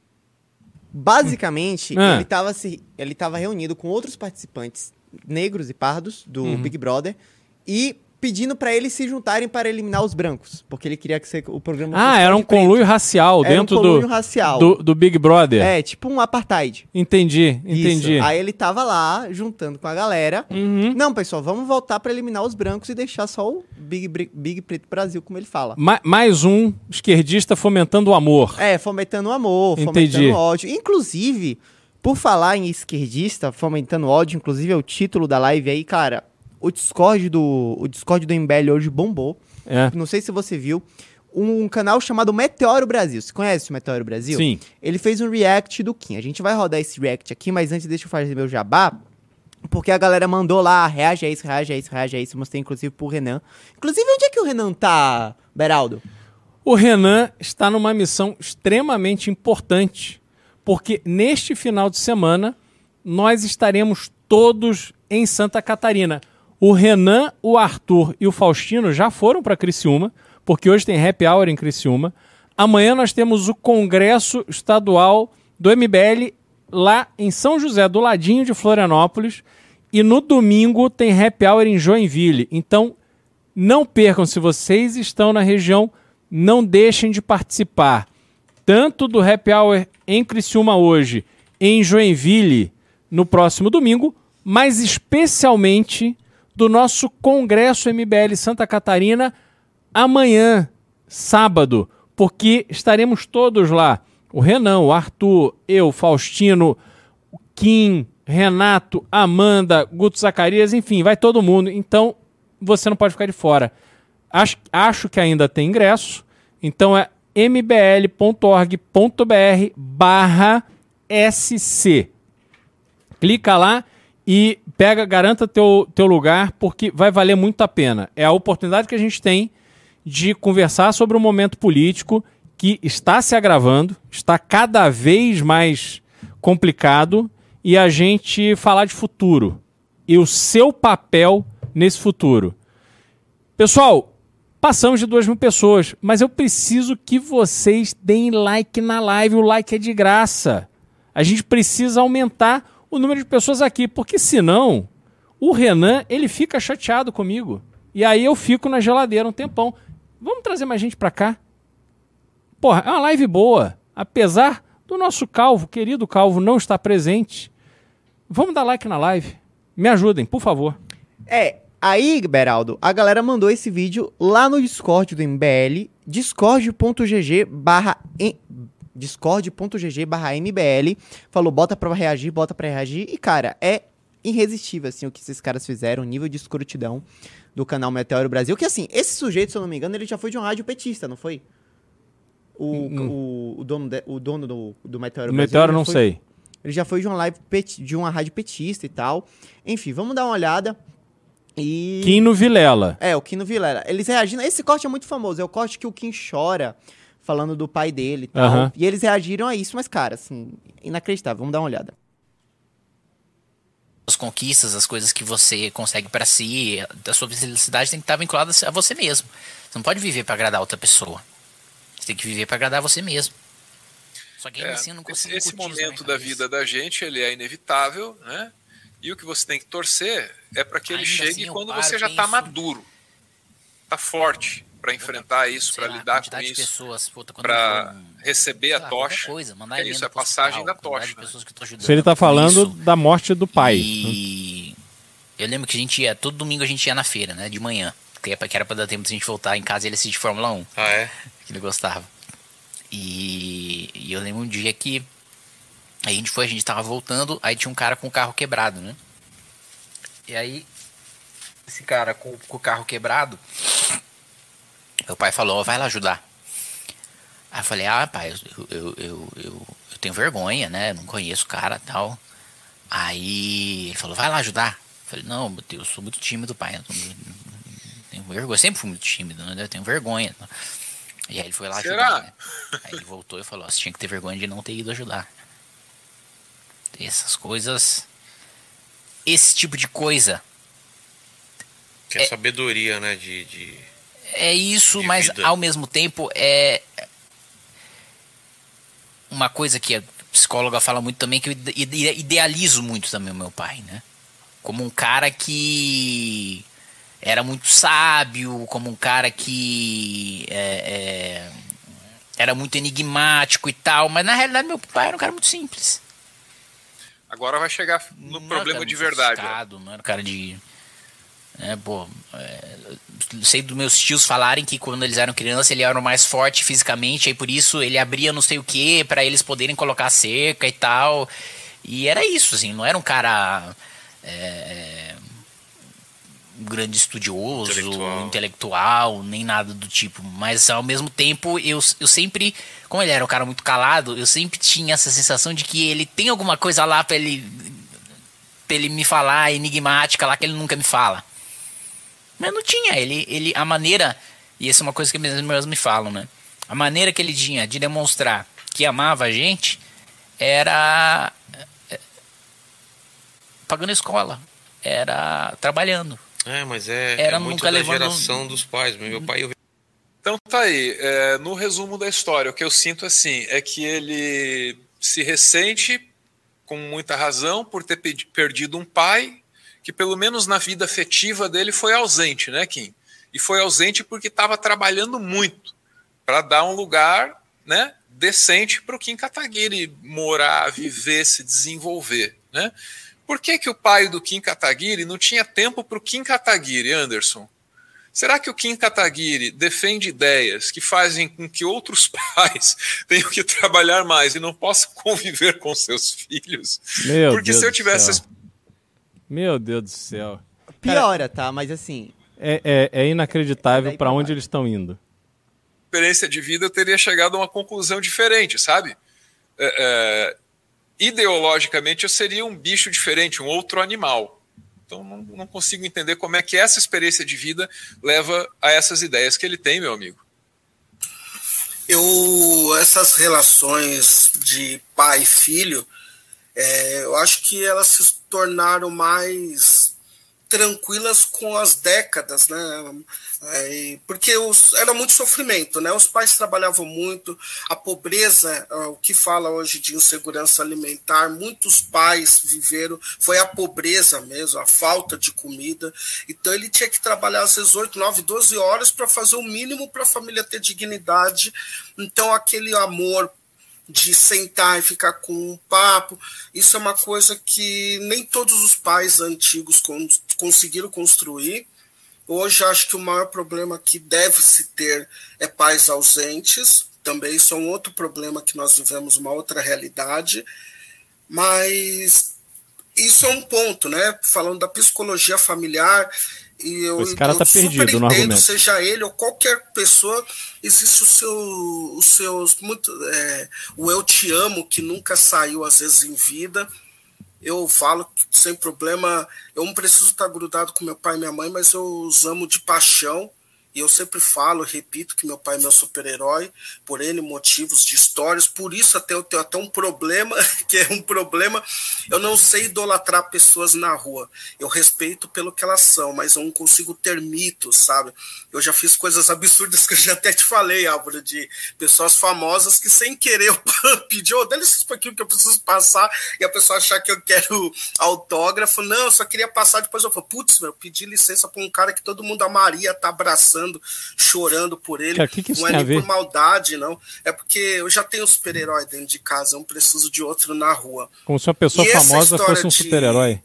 Basicamente, ele tava reunido com outros participantes negros e pardos do Big Brother e pedindo pra eles se juntarem para eliminar os brancos, porque ele queria que o programa fosse era um conluio racial dentro do Big Brother. É, tipo um apartheid. Entendi. Isso. Aí ele tava lá, juntando com a galera. Não, pessoal, vamos voltar pra eliminar os brancos e deixar só o Big Preto Brasil, como ele fala. Mais um esquerdista fomentando o amor. Fomentando o amor, fomentando o ódio. Inclusive, por falar em esquerdista, fomentando ódio, inclusive é o título da live aí, cara... O Discord do MBL hoje bombou. Não sei se você viu. Um canal chamado Meteoro Brasil. Você conhece o Meteoro Brasil? Sim. Ele fez um react do Kim. A gente vai rodar esse react aqui, mas antes deixa eu fazer meu jabá. Porque a galera mandou lá, reage a isso. Mostrei inclusive pro Renan. Inclusive, onde é que o Renan tá, Beraldo? O Renan está numa missão extremamente importante. Porque neste final de semana, nós estaremos todos em Santa Catarina. O Renan, o Arthur e o Faustino já foram para Criciúma, porque hoje tem happy hour em Criciúma. Amanhã nós temos o Congresso Estadual do MBL lá em São José, do ladinho de Florianópolis. E no domingo tem happy hour em Joinville. Então, não percam, se vocês estão na região, não deixem de participar. Tanto do happy hour em Criciúma hoje, em Joinville no próximo domingo, mas especialmente do nosso Congresso MBL Santa Catarina amanhã, sábado, porque estaremos todos lá. O Renan, o Arthur, eu, Faustino, o Kim, Renato, Amanda, Guto Zacarias, enfim, vai todo mundo. Então, você não pode ficar de fora. Acho que ainda tem ingresso, então é mbl.org.br/SC. Clica lá e garanta teu lugar, porque vai valer muito a pena. É a oportunidade que a gente tem de conversar sobre um momento político que está se agravando, está cada vez mais complicado, e a gente falar de futuro e o seu papel nesse futuro. Pessoal, passamos de 2.000 pessoas, mas eu preciso que vocês deem like na live. O like é de graça. A gente precisa aumentar o número de pessoas aqui, porque senão o Renan, ele fica chateado comigo. E aí eu fico na geladeira um tempão. Vamos trazer mais gente pra cá? Porra, é uma live boa. Apesar do nosso querido Calvo, não estar presente. Vamos dar like na live. Me ajudem, por favor. Aí, Beraldo, a galera mandou esse vídeo lá no Discord do MBL, discord.gg/MBL, falou, bota pra reagir, e cara, é irresistível, assim, o que esses caras fizeram, o nível de escrotidão do canal Meteoro Brasil, que assim, esse sujeito, se eu não me engano, ele já foi de uma rádio petista, não foi? O dono do Meteoro Brasil. Meteoro não sei. Ele já foi de uma live de uma rádio petista e tal. Enfim, vamos dar uma olhada. Quino Vilela. O Quino Vilela. Eles reagiram, esse corte é muito famoso, é o corte que o Kim chora, falando do pai dele e tal. E eles reagiram a isso, mas, cara, assim, inacreditável. Vamos dar uma olhada. As conquistas, as coisas que você consegue pra si, a sua felicidade tem que estar vinculada a você mesmo. Você não pode viver pra agradar outra pessoa. Você tem que viver pra agradar você mesmo. Só que ainda assim eu não consigo esse momento da vida da gente, ele é inevitável, né? E o que você tem que torcer é para que ele chegue quando você já está maduro, está forte, para enfrentar isso, para lidar com isso, para receber a tocha. Isso é passagem da tocha. Se ele está falando da morte do pai. E eu lembro que a gente ia, todo domingo a gente ia na feira, né, de manhã, que era para dar tempo de a gente voltar em casa e ele assistir Fórmula 1. Ah, é? Que ele gostava. E eu lembro um dia que a gente tava voltando, aí tinha um cara com o carro quebrado, né? E aí, esse cara com o carro quebrado, meu pai falou, vai lá ajudar. Aí eu falei, pai, eu tenho vergonha, né? Não conheço o cara e tal. Aí ele falou, vai lá ajudar. Eu falei, não, eu sou muito tímido, pai. Eu tenho vergonha, eu sempre fui muito tímido, né? Eu tenho vergonha. E aí ele foi lá ajudar, né? Aí ele voltou e falou, você tinha que ter vergonha de não ter ido ajudar. Essas coisas, esse tipo de coisa. Que é sabedoria, né? É isso, mas vida. Ao mesmo tempo é uma coisa que a psicóloga fala muito também, que eu idealizo muito também o meu pai, né? Como um cara que era muito sábio, como um cara que era muito enigmático e tal, mas na realidade meu pai era um cara muito simples. Agora vai chegar no problema de verdade. Não era um cara de... sei dos meus tios falarem que quando eles eram crianças ele era o mais forte fisicamente, aí por isso ele abria não sei o que para eles poderem colocar cerca e tal, e era isso, assim, não era um cara um grande estudioso, intelectual, nem nada do tipo, mas ao mesmo tempo eu sempre, como ele era um cara muito calado, eu sempre tinha essa sensação de que ele tem alguma coisa lá pra ele me falar, enigmática lá, que ele nunca me fala. Mas não tinha, a maneira, e essa é uma coisa que meus irmãos me falam, né? A maneira que ele tinha de demonstrar que amava a gente era pagando a escola, era trabalhando. Mas era muito da geração dos pais. Meu pai... Então tá aí, no resumo da história, o que eu sinto assim é que ele se ressente com muita razão por ter perdido um pai que pelo menos na vida afetiva dele foi ausente, né, Kim? E foi ausente porque estava trabalhando muito para dar um lugar, né, decente para o Kim Kataguiri morar, viver, se desenvolver, né? Por que o pai do Kim Kataguiri não tinha tempo para o Kim Kataguiri, Anderson? Será que o Kim Kataguiri defende ideias que fazem com que outros pais tenham que trabalhar mais e não possam conviver com seus filhos? Porque se eu tivesse... Meu Deus do céu. Piora, tá? Mas assim... É inacreditável para onde eles estão indo. Experiência de vida, eu teria chegado a uma conclusão diferente, sabe? Ideologicamente, eu seria um bicho diferente, um outro animal. Então, não consigo entender como é que essa experiência de vida leva a essas ideias que ele tem, meu amigo. Essas relações de pai e filho, eu acho que elas se tornaram mais tranquilas com as décadas, né? Porque era muito sofrimento, né? Os pais trabalhavam muito, a pobreza, o que fala hoje de insegurança alimentar, muitos pais viveram, foi a pobreza mesmo, a falta de comida, então ele tinha que trabalhar às vezes 8, 9, 12 horas para fazer o mínimo para a família ter dignidade, então aquele amor de sentar e ficar com um papo, isso é uma coisa que nem todos os pais antigos conseguiram construir. Hoje acho que o maior problema que deve-se ter é pais ausentes, também isso é um outro problema que nós vivemos, uma outra realidade, mas isso é um ponto, né? Falando da psicologia familiar, esse cara tá perdido no argumento. Seja ele ou qualquer pessoa, existe o eu te amo que nunca saiu às vezes em vida. Eu falo sem problema, eu não preciso estar grudado com meu pai e minha mãe, mas eu os amo de paixão. E eu sempre falo, repito que meu pai é meu super-herói, por N motivos de histórias, por isso eu tenho até um problema, que é um problema, eu não sei idolatrar pessoas na rua, eu respeito pelo que elas são, mas eu não consigo ter mitos, sabe? Eu já fiz coisas absurdas que eu já até te falei, Álvaro, de pessoas famosas que sem querer eu pedi, dá licença um pouquinho que eu preciso passar, e a pessoa achar que eu quero autógrafo, não, eu só queria passar, depois eu falo, putz, eu pedi licença para um cara que todo mundo amaria, tá abraçando, abraçando, chorando por ele. Que não é nem por maldade, não. É porque eu já tenho um super-herói dentro de casa, eu não preciso de outro na rua. Como se uma pessoa famosa fosse um super-herói.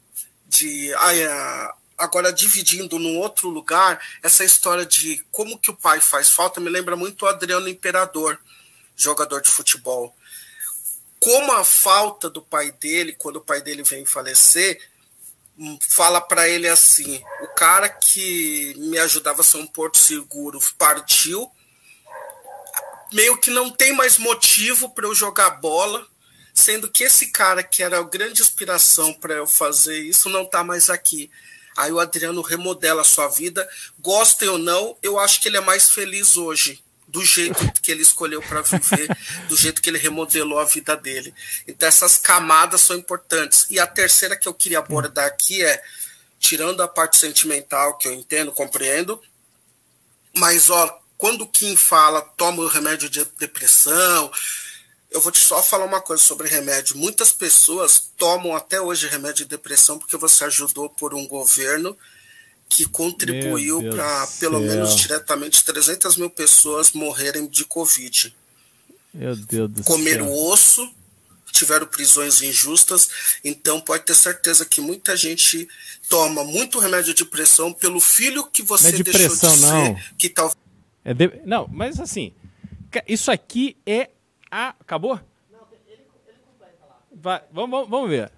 Agora, dividindo num outro lugar, essa história de como que o pai faz falta me lembra muito o Adriano Imperador, jogador de futebol. Como a falta do pai dele, quando o pai dele vem falecer, fala para ele assim: o cara que me ajudava a ser um porto seguro partiu, meio que não tem mais motivo para eu jogar bola, sendo que esse cara que era a grande inspiração para eu fazer isso não está mais aqui. Aí o Adriano remodela a sua vida, gostem ou não, eu acho que ele é mais feliz hoje, do jeito que ele escolheu para viver, do jeito que ele remodelou a vida dele. Então essas camadas são importantes. E a terceira que eu queria abordar aqui é, tirando a parte sentimental, que eu entendo, compreendo, mas quando o Kim fala, toma o remédio de depressão, eu vou só falar uma coisa sobre remédio. Muitas pessoas tomam até hoje remédio de depressão porque você ajudou por um governo que contribuiu para, pelo menos diretamente, 300 mil pessoas morrerem de Covid. Meu Deus do céu. Comeram osso, tiveram prisões injustas, então pode ter certeza que muita gente toma muito remédio de depressão pelo filho que você deixou de ser. Que tal... Não, mas assim, isso aqui é... acabou? Não, ele completa lá. Vamos ver.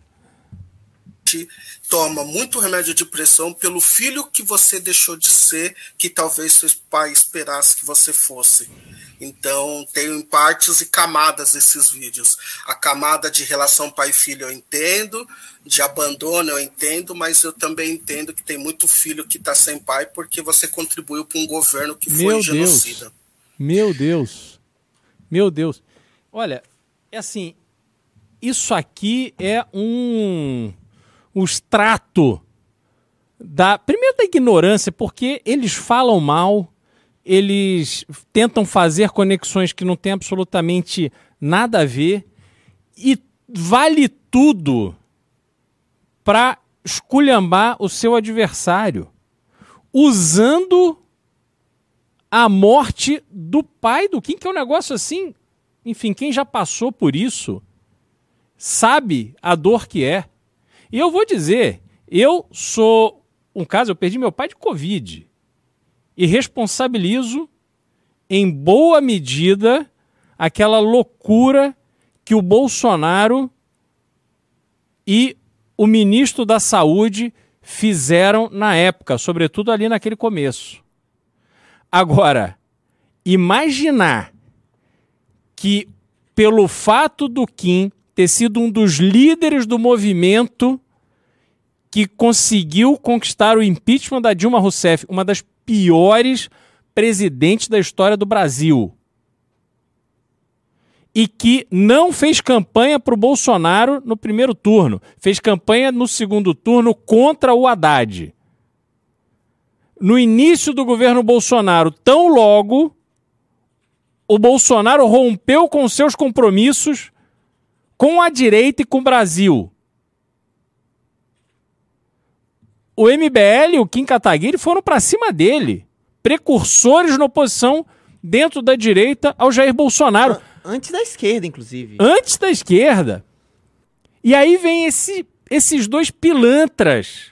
Toma muito remédio de depressão pelo filho que você deixou de ser, que talvez seu pai esperasse que você fosse. Então, tem partes e camadas esses vídeos. A camada de relação pai-filho eu entendo, de abandono eu entendo, mas eu também entendo que tem muito filho que está sem pai porque você contribuiu para um governo que foi genocida. Meu Deus. Olha, é assim, isso aqui é um extrato primeiro da ignorância, porque eles falam mal, eles tentam fazer conexões que não tem absolutamente nada a ver e vale tudo para esculhambar o seu adversário, usando a morte do pai do Kim, que é um negócio assim, enfim, quem já passou por isso sabe a dor que é. E eu vou dizer, eu sou um caso, eu perdi meu pai de Covid e responsabilizo em boa medida aquela loucura que o Bolsonaro e o ministro da Saúde fizeram na época, sobretudo ali naquele começo. Agora, imaginar que pelo fato do Kim ter sido um dos líderes do movimento que conseguiu conquistar o impeachment da Dilma Rousseff, uma das piores presidentes da história do Brasil, e que não fez campanha para o Bolsonaro no primeiro turno, fez campanha no segundo turno contra o Haddad. No início do governo Bolsonaro, tão logo o Bolsonaro rompeu com seus compromissos com a direita e com o Brasil, o MBL e o Kim Kataguiri foram para cima dele, precursores na oposição dentro da direita ao Jair Bolsonaro. Antes da esquerda, inclusive. Antes da esquerda. E aí vem esses dois pilantras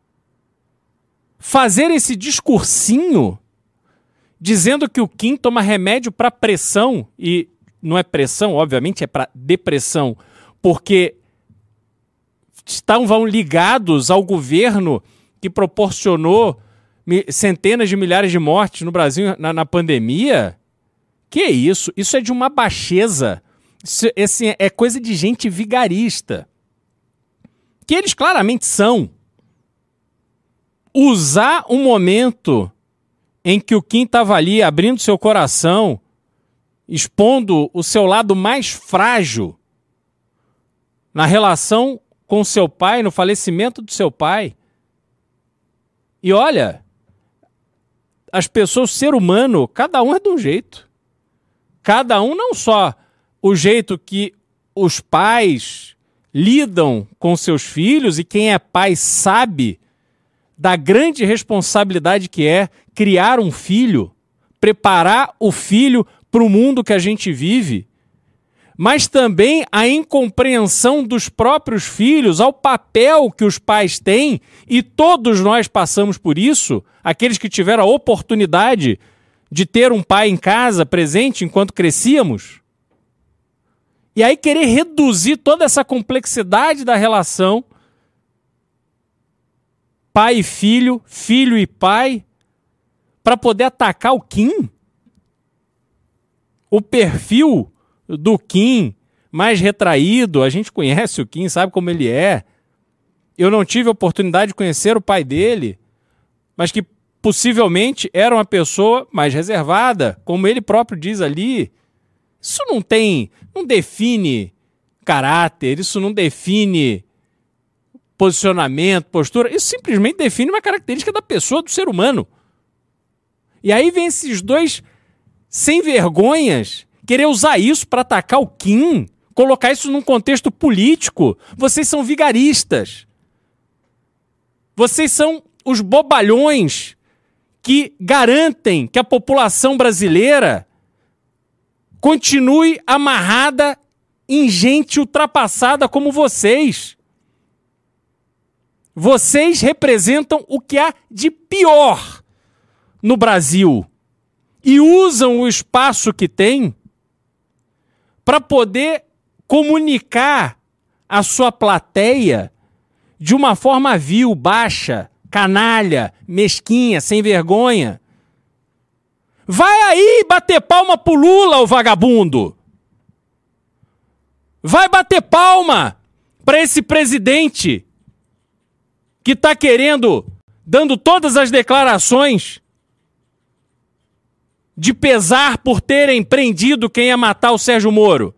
fazer esse discursinho dizendo que o Kim toma remédio para pressão, e não é pressão, obviamente, é para depressão, porque estavam ligados ao governo que proporcionou centenas de milhares de mortes no Brasil na pandemia. Que isso? Isso é de uma baixeza. Isso, assim, é coisa de gente vigarista. Que eles claramente são. Usar um momento em que o Kim estava ali abrindo seu coração, expondo o seu lado mais frágil na relação com seu pai, no falecimento do seu pai. E olha, as pessoas, o ser humano, cada um é de um jeito. Cada um, não só o jeito que os pais lidam com seus filhos, e quem é pai sabe da grande responsabilidade que é criar um filho, preparar o filho para o mundo que a gente vive, mas também a incompreensão dos próprios filhos ao papel que os pais têm, e todos nós passamos por isso, aqueles que tiveram a oportunidade de ter um pai em casa presente enquanto crescíamos. E aí querer reduzir toda essa complexidade da relação pai e filho, filho e pai, para poder atacar o Kim. O perfil do Kim mais retraído, a gente conhece o Kim, sabe como ele é. Eu não tive a oportunidade de conhecer o pai dele, mas que possivelmente era uma pessoa mais reservada, como ele próprio diz ali. Isso não define caráter, isso não define posicionamento, postura, isso simplesmente define uma característica da pessoa, do ser humano. E aí vem esses dois sem vergonhas querer usar isso para atacar o Kim, colocar isso num contexto político. Vocês são vigaristas. Vocês são os bobalhões que garantem que a população brasileira continue amarrada em gente ultrapassada como vocês. Vocês representam o que há de pior no Brasil e usam o espaço que têm para poder comunicar a sua plateia de uma forma vil, baixa, canalha, mesquinha, sem vergonha. Vai aí bater palma pro Lula, ô vagabundo! Vai bater palma para esse presidente que está dando todas as declarações de pesar por terem prendido quem ia matar o Sérgio Moro.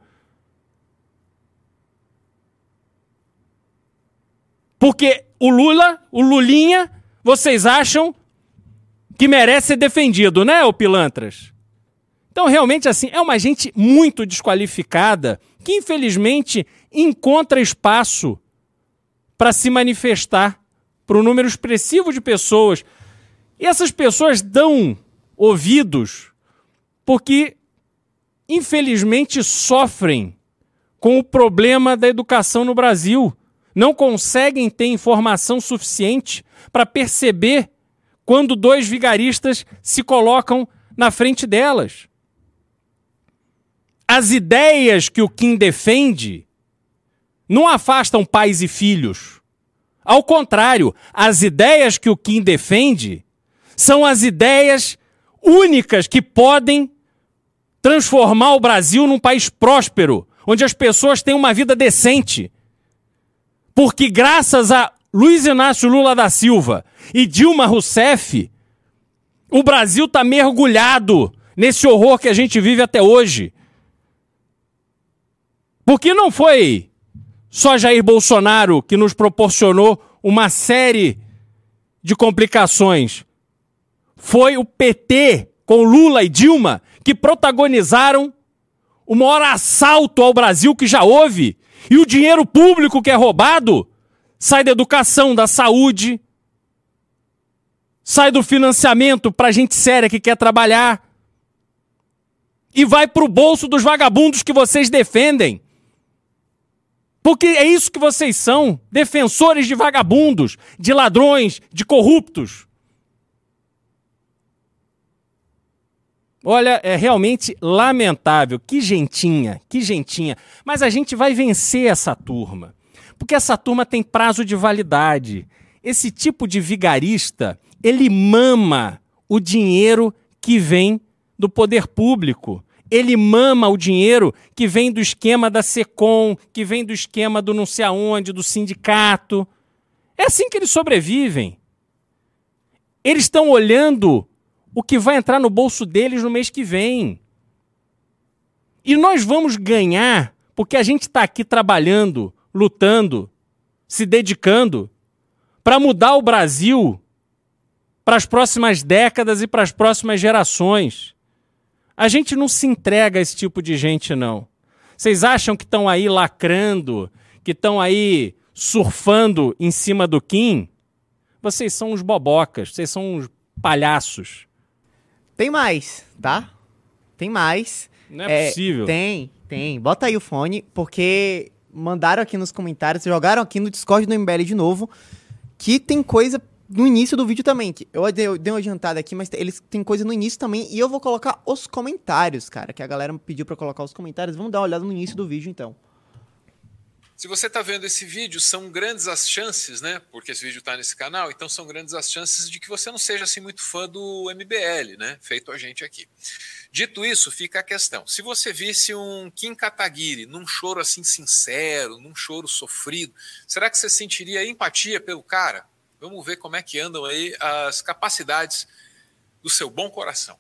Porque o Lulinha, vocês acham que merece ser defendido, né, ô pilantras? Então, realmente, assim, é uma gente muito desqualificada que, infelizmente, encontra espaço para se manifestar para um número expressivo de pessoas. E essas pessoas dão ouvidos porque, infelizmente, sofrem com o problema da educação no Brasil. Não conseguem ter informação suficiente para perceber quando dois vigaristas se colocam na frente delas. As ideias que o Kim defende não afastam pais e filhos. Ao contrário, as ideias que o Kim defende são as ideias únicas que podem transformar o Brasil num país próspero, onde as pessoas têm uma vida decente. Porque graças a Luiz Inácio Lula da Silva e Dilma Rousseff, o Brasil está mergulhado nesse horror que a gente vive até hoje. Porque não foi só Jair Bolsonaro que nos proporcionou uma série de complicações. Foi o PT, com Lula e Dilma, que protagonizaram o maior assalto ao Brasil que já houve. E o dinheiro público que é roubado sai da educação, da saúde, sai do financiamento para gente séria que quer trabalhar e vai para o bolso dos vagabundos que vocês defendem. Porque é isso que vocês são, defensores de vagabundos, de ladrões, de corruptos. Olha, é realmente lamentável. Que gentinha, que gentinha. Mas a gente vai vencer essa turma. Porque essa turma tem prazo de validade. Esse tipo de vigarista, ele mama o dinheiro que vem do poder público. Ele mama o dinheiro que vem do esquema da SECOM, que vem do esquema do não sei aonde, do sindicato. É assim que eles sobrevivem. Eles estão olhando o que vai entrar no bolso deles no mês que vem. E nós vamos ganhar porque a gente está aqui trabalhando, lutando, se dedicando para mudar o Brasil para as próximas décadas e para as próximas gerações. A gente não se entrega a esse tipo de gente, não. Vocês acham que estão aí lacrando, que estão aí surfando em cima do Kim? vocês são uns bobocas, vocês são uns palhaços. Tem mais, tá? Tem mais. Não é possível. Tem. Bota aí o fone, porque mandaram aqui nos comentários, jogaram aqui no Discord do MBL de novo, que tem coisa no início do vídeo também. Eu dei uma adiantada aqui, mas eles têm coisa no início também, e eu vou colocar os comentários, cara, que a galera me pediu pra colocar os comentários. Vamos dar uma olhada no início do vídeo, então. Se você está vendo esse vídeo, são grandes as chances, né? Porque esse vídeo está nesse canal, então são grandes as chances de que você não seja assim muito fã do MBL, né? Feito a gente aqui. Dito isso, fica a questão. Se você visse um Kim Kataguiri num choro assim sincero, num choro sofrido, será que você sentiria empatia pelo cara? Vamos ver como é que andam aí as capacidades do seu bom coração.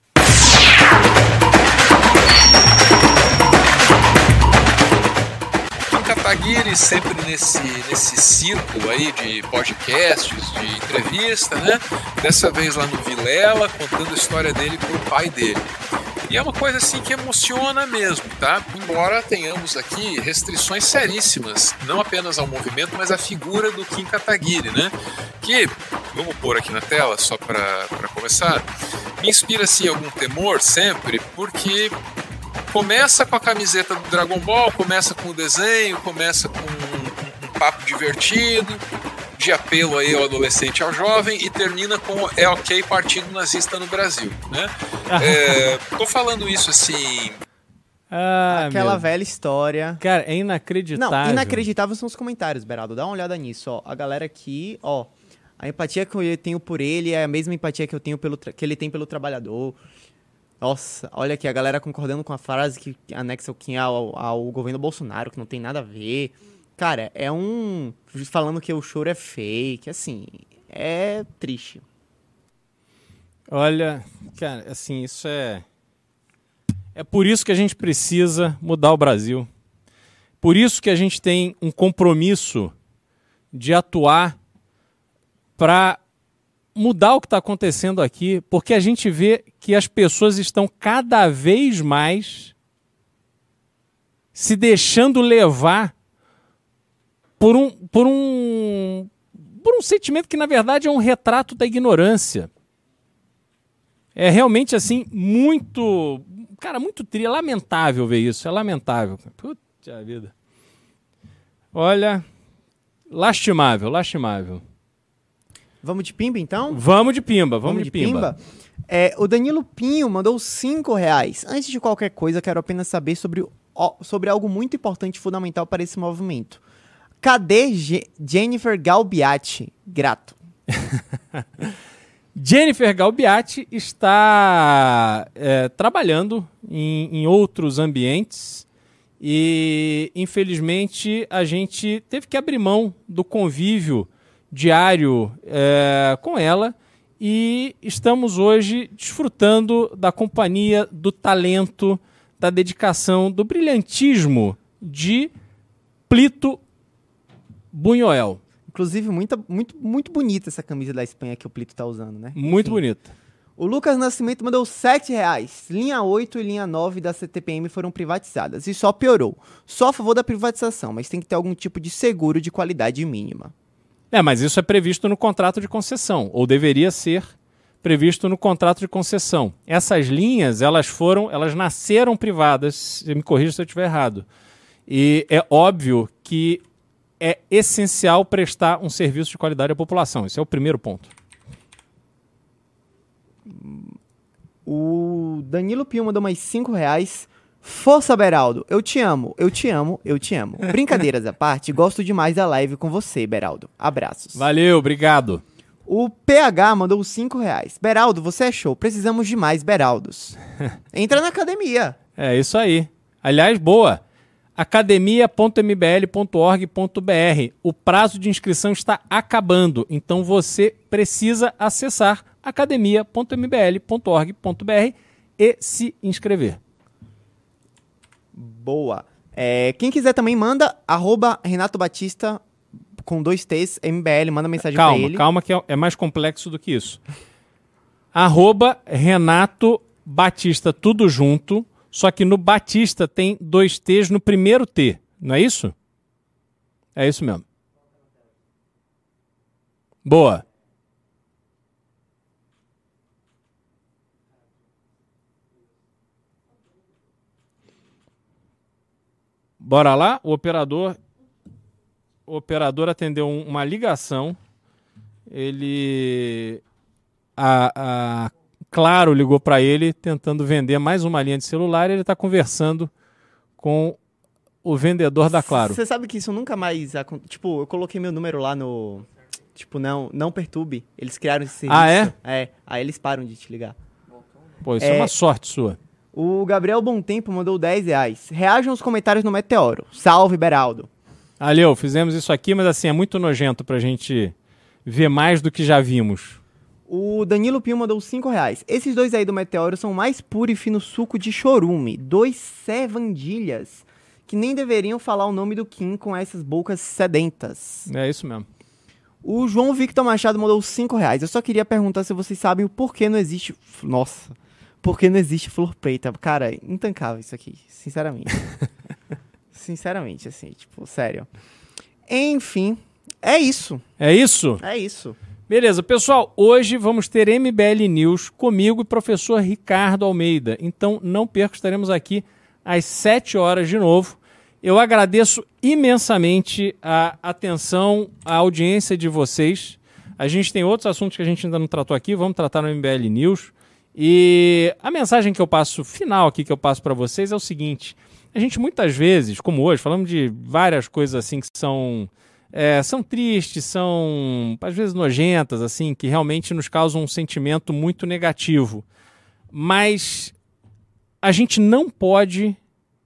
Kataguiri sempre nesse círculo aí de podcasts, de entrevista, né? Dessa vez lá no Vilela, contando a história dele pro pai dele. E é uma coisa assim que emociona mesmo, tá? Embora tenhamos aqui restrições seríssimas, não apenas ao movimento, mas à figura do Kim Kataguiri, né? Que, vamos pôr aqui na tela só para começar, me inspira assim algum temor sempre, porque começa com a camiseta do Dragon Ball, começa com o desenho, começa com um papo divertido, de apelo aí ao adolescente e ao jovem, e termina com é ok Partido Nazista no Brasil, né? Tô falando isso assim... Aquela velha história. Cara, é inacreditável. Não, inacreditável são os comentários, Beraldo. Dá uma olhada nisso, ó. A galera aqui, ó. A empatia que eu tenho por ele é a mesma empatia que eu tenho que ele tem pelo trabalhador. Nossa, olha aqui, a galera concordando com a frase que anexa o Kim ao governo Bolsonaro, que não tem nada a ver. Cara, falando que o choro é fake, assim, é triste. Olha, cara, assim, isso é por isso que a gente precisa mudar o Brasil. Por isso que a gente tem um compromisso de atuar para mudar o que está acontecendo aqui, porque a gente vê que as pessoas estão cada vez mais se deixando levar por um sentimento que, na verdade, é um retrato da ignorância. É realmente, assim, muito triste. É lamentável ver isso, é lamentável. Puta vida. Olha, lastimável. Vamos de pimba, então? Vamos de pimba. O Danilo Pinho mandou R$5. Antes de qualquer coisa, quero apenas saber sobre algo muito importante e fundamental para esse movimento. Cadê Jennifer Galbiati? Grato. Jennifer Galbiati está trabalhando em outros ambientes e, infelizmente, a gente teve que abrir mão do convívio diário com ela, e estamos hoje desfrutando da companhia, do talento, da dedicação, do brilhantismo de Plito Buñuel. Inclusive, muito bonita essa camisa da Espanha que o Plito tá usando, né? Muito bonita. O Lucas Nascimento mandou R$7. Linha 8 e linha 9 da CTPM foram privatizadas e só piorou. Só a favor da privatização, mas tem que ter algum tipo de seguro de qualidade mínima. Mas isso é previsto no contrato de concessão, ou deveria ser previsto no contrato de concessão. Essas linhas, elas nasceram privadas, você me corrija se eu estiver errado. E é óbvio que é essencial prestar um serviço de qualidade à população. Esse é o primeiro ponto. O Danilo Pio mandou mais R$5. Força, Beraldo. Eu te amo. Brincadeiras à parte, gosto demais da live com você, Beraldo. Abraços. Valeu, obrigado. O PH mandou R$5. Beraldo, você é show. Precisamos de mais Beraldos. Entra na academia. É isso aí. Aliás, boa. academia.mbl.org.br. O prazo de inscrição está acabando, então você precisa acessar academia.mbl.org.br e se inscrever. Boa. Quem quiser também manda @Renato Batista com 2 T's, MBL, manda mensagem pra ele. Calma que é mais complexo do que isso. @Renato Batista, tudo junto, só que no Batista tem 2 T's no primeiro T, não é isso? É isso mesmo. Boa. Bora lá? O operador atendeu uma ligação. A Claro ligou para ele tentando vender mais uma linha de celular e ele está conversando com o vendedor da Claro. Você sabe que isso nunca mais... Tipo, eu coloquei meu número lá no... Tipo, não perturbe. Eles criaram esse serviço. Ah, é? É. Aí eles param de te ligar. Pô, isso é uma sorte sua. O Gabriel Bom Tempo mandou R$10. Reajam aos comentários no Meteoro. Salve, Beraldo. Aleu, fizemos isso aqui, mas assim, é muito nojento pra gente ver mais do que já vimos. O Danilo Pio mandou R$5. Esses dois aí do Meteoro são mais puro e fino suco de chorume. 2 sevandilhas que nem deveriam falar o nome do Kim com essas bocas sedentas. É isso mesmo. O João Victor Machado mandou R$5. Eu só queria perguntar se vocês sabem o porquê não existe... Nossa, por que não existe flor preta? Cara, intancável isso aqui, sinceramente. Sinceramente, assim, tipo, sério. Enfim, é isso. É isso? É isso. Beleza, pessoal, hoje vamos ter MBL News comigo e professor Ricardo Almeida. Então não perca, estaremos aqui às 7 horas de novo. Eu agradeço imensamente a atenção, a audiência de vocês. A gente tem outros assuntos que a gente ainda não tratou aqui, vamos tratar no MBL News. E a mensagem que eu passo, final aqui que eu passo para vocês é o seguinte: a gente muitas vezes, como hoje, falamos de várias coisas assim que são tristes, são às vezes nojentas, assim, que realmente nos causam um sentimento muito negativo. Mas a gente não pode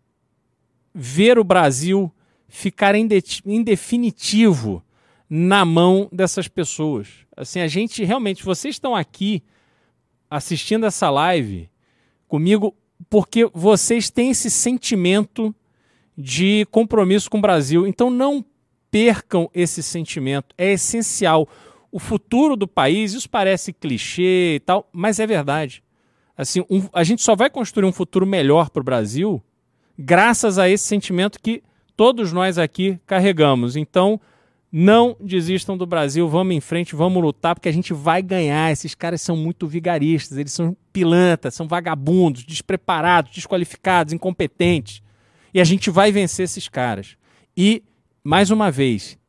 ver o Brasil ficar em definitivo na mão dessas pessoas. Assim, a gente realmente, vocês estão aqui assistindo essa live comigo porque vocês têm esse sentimento de compromisso com o Brasil. Então não percam esse sentimento, é essencial. O futuro do país, isso parece clichê e tal, mas é verdade. Assim, a gente só vai construir um futuro melhor para o Brasil graças a esse sentimento que todos nós aqui carregamos. Então, não desistam do Brasil, vamos em frente, vamos lutar, porque a gente vai ganhar. Esses caras são muito vigaristas, eles são pilantras, são vagabundos, despreparados, desqualificados, incompetentes. E a gente vai vencer esses caras. E, mais uma vez,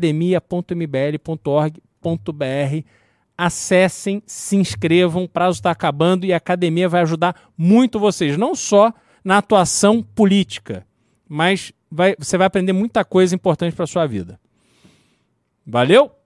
academia.mbl.org.br, acessem, se inscrevam, o prazo está acabando e a academia vai ajudar muito vocês, não só na atuação política, mas você vai aprender muita coisa importante para a sua vida. Valeu!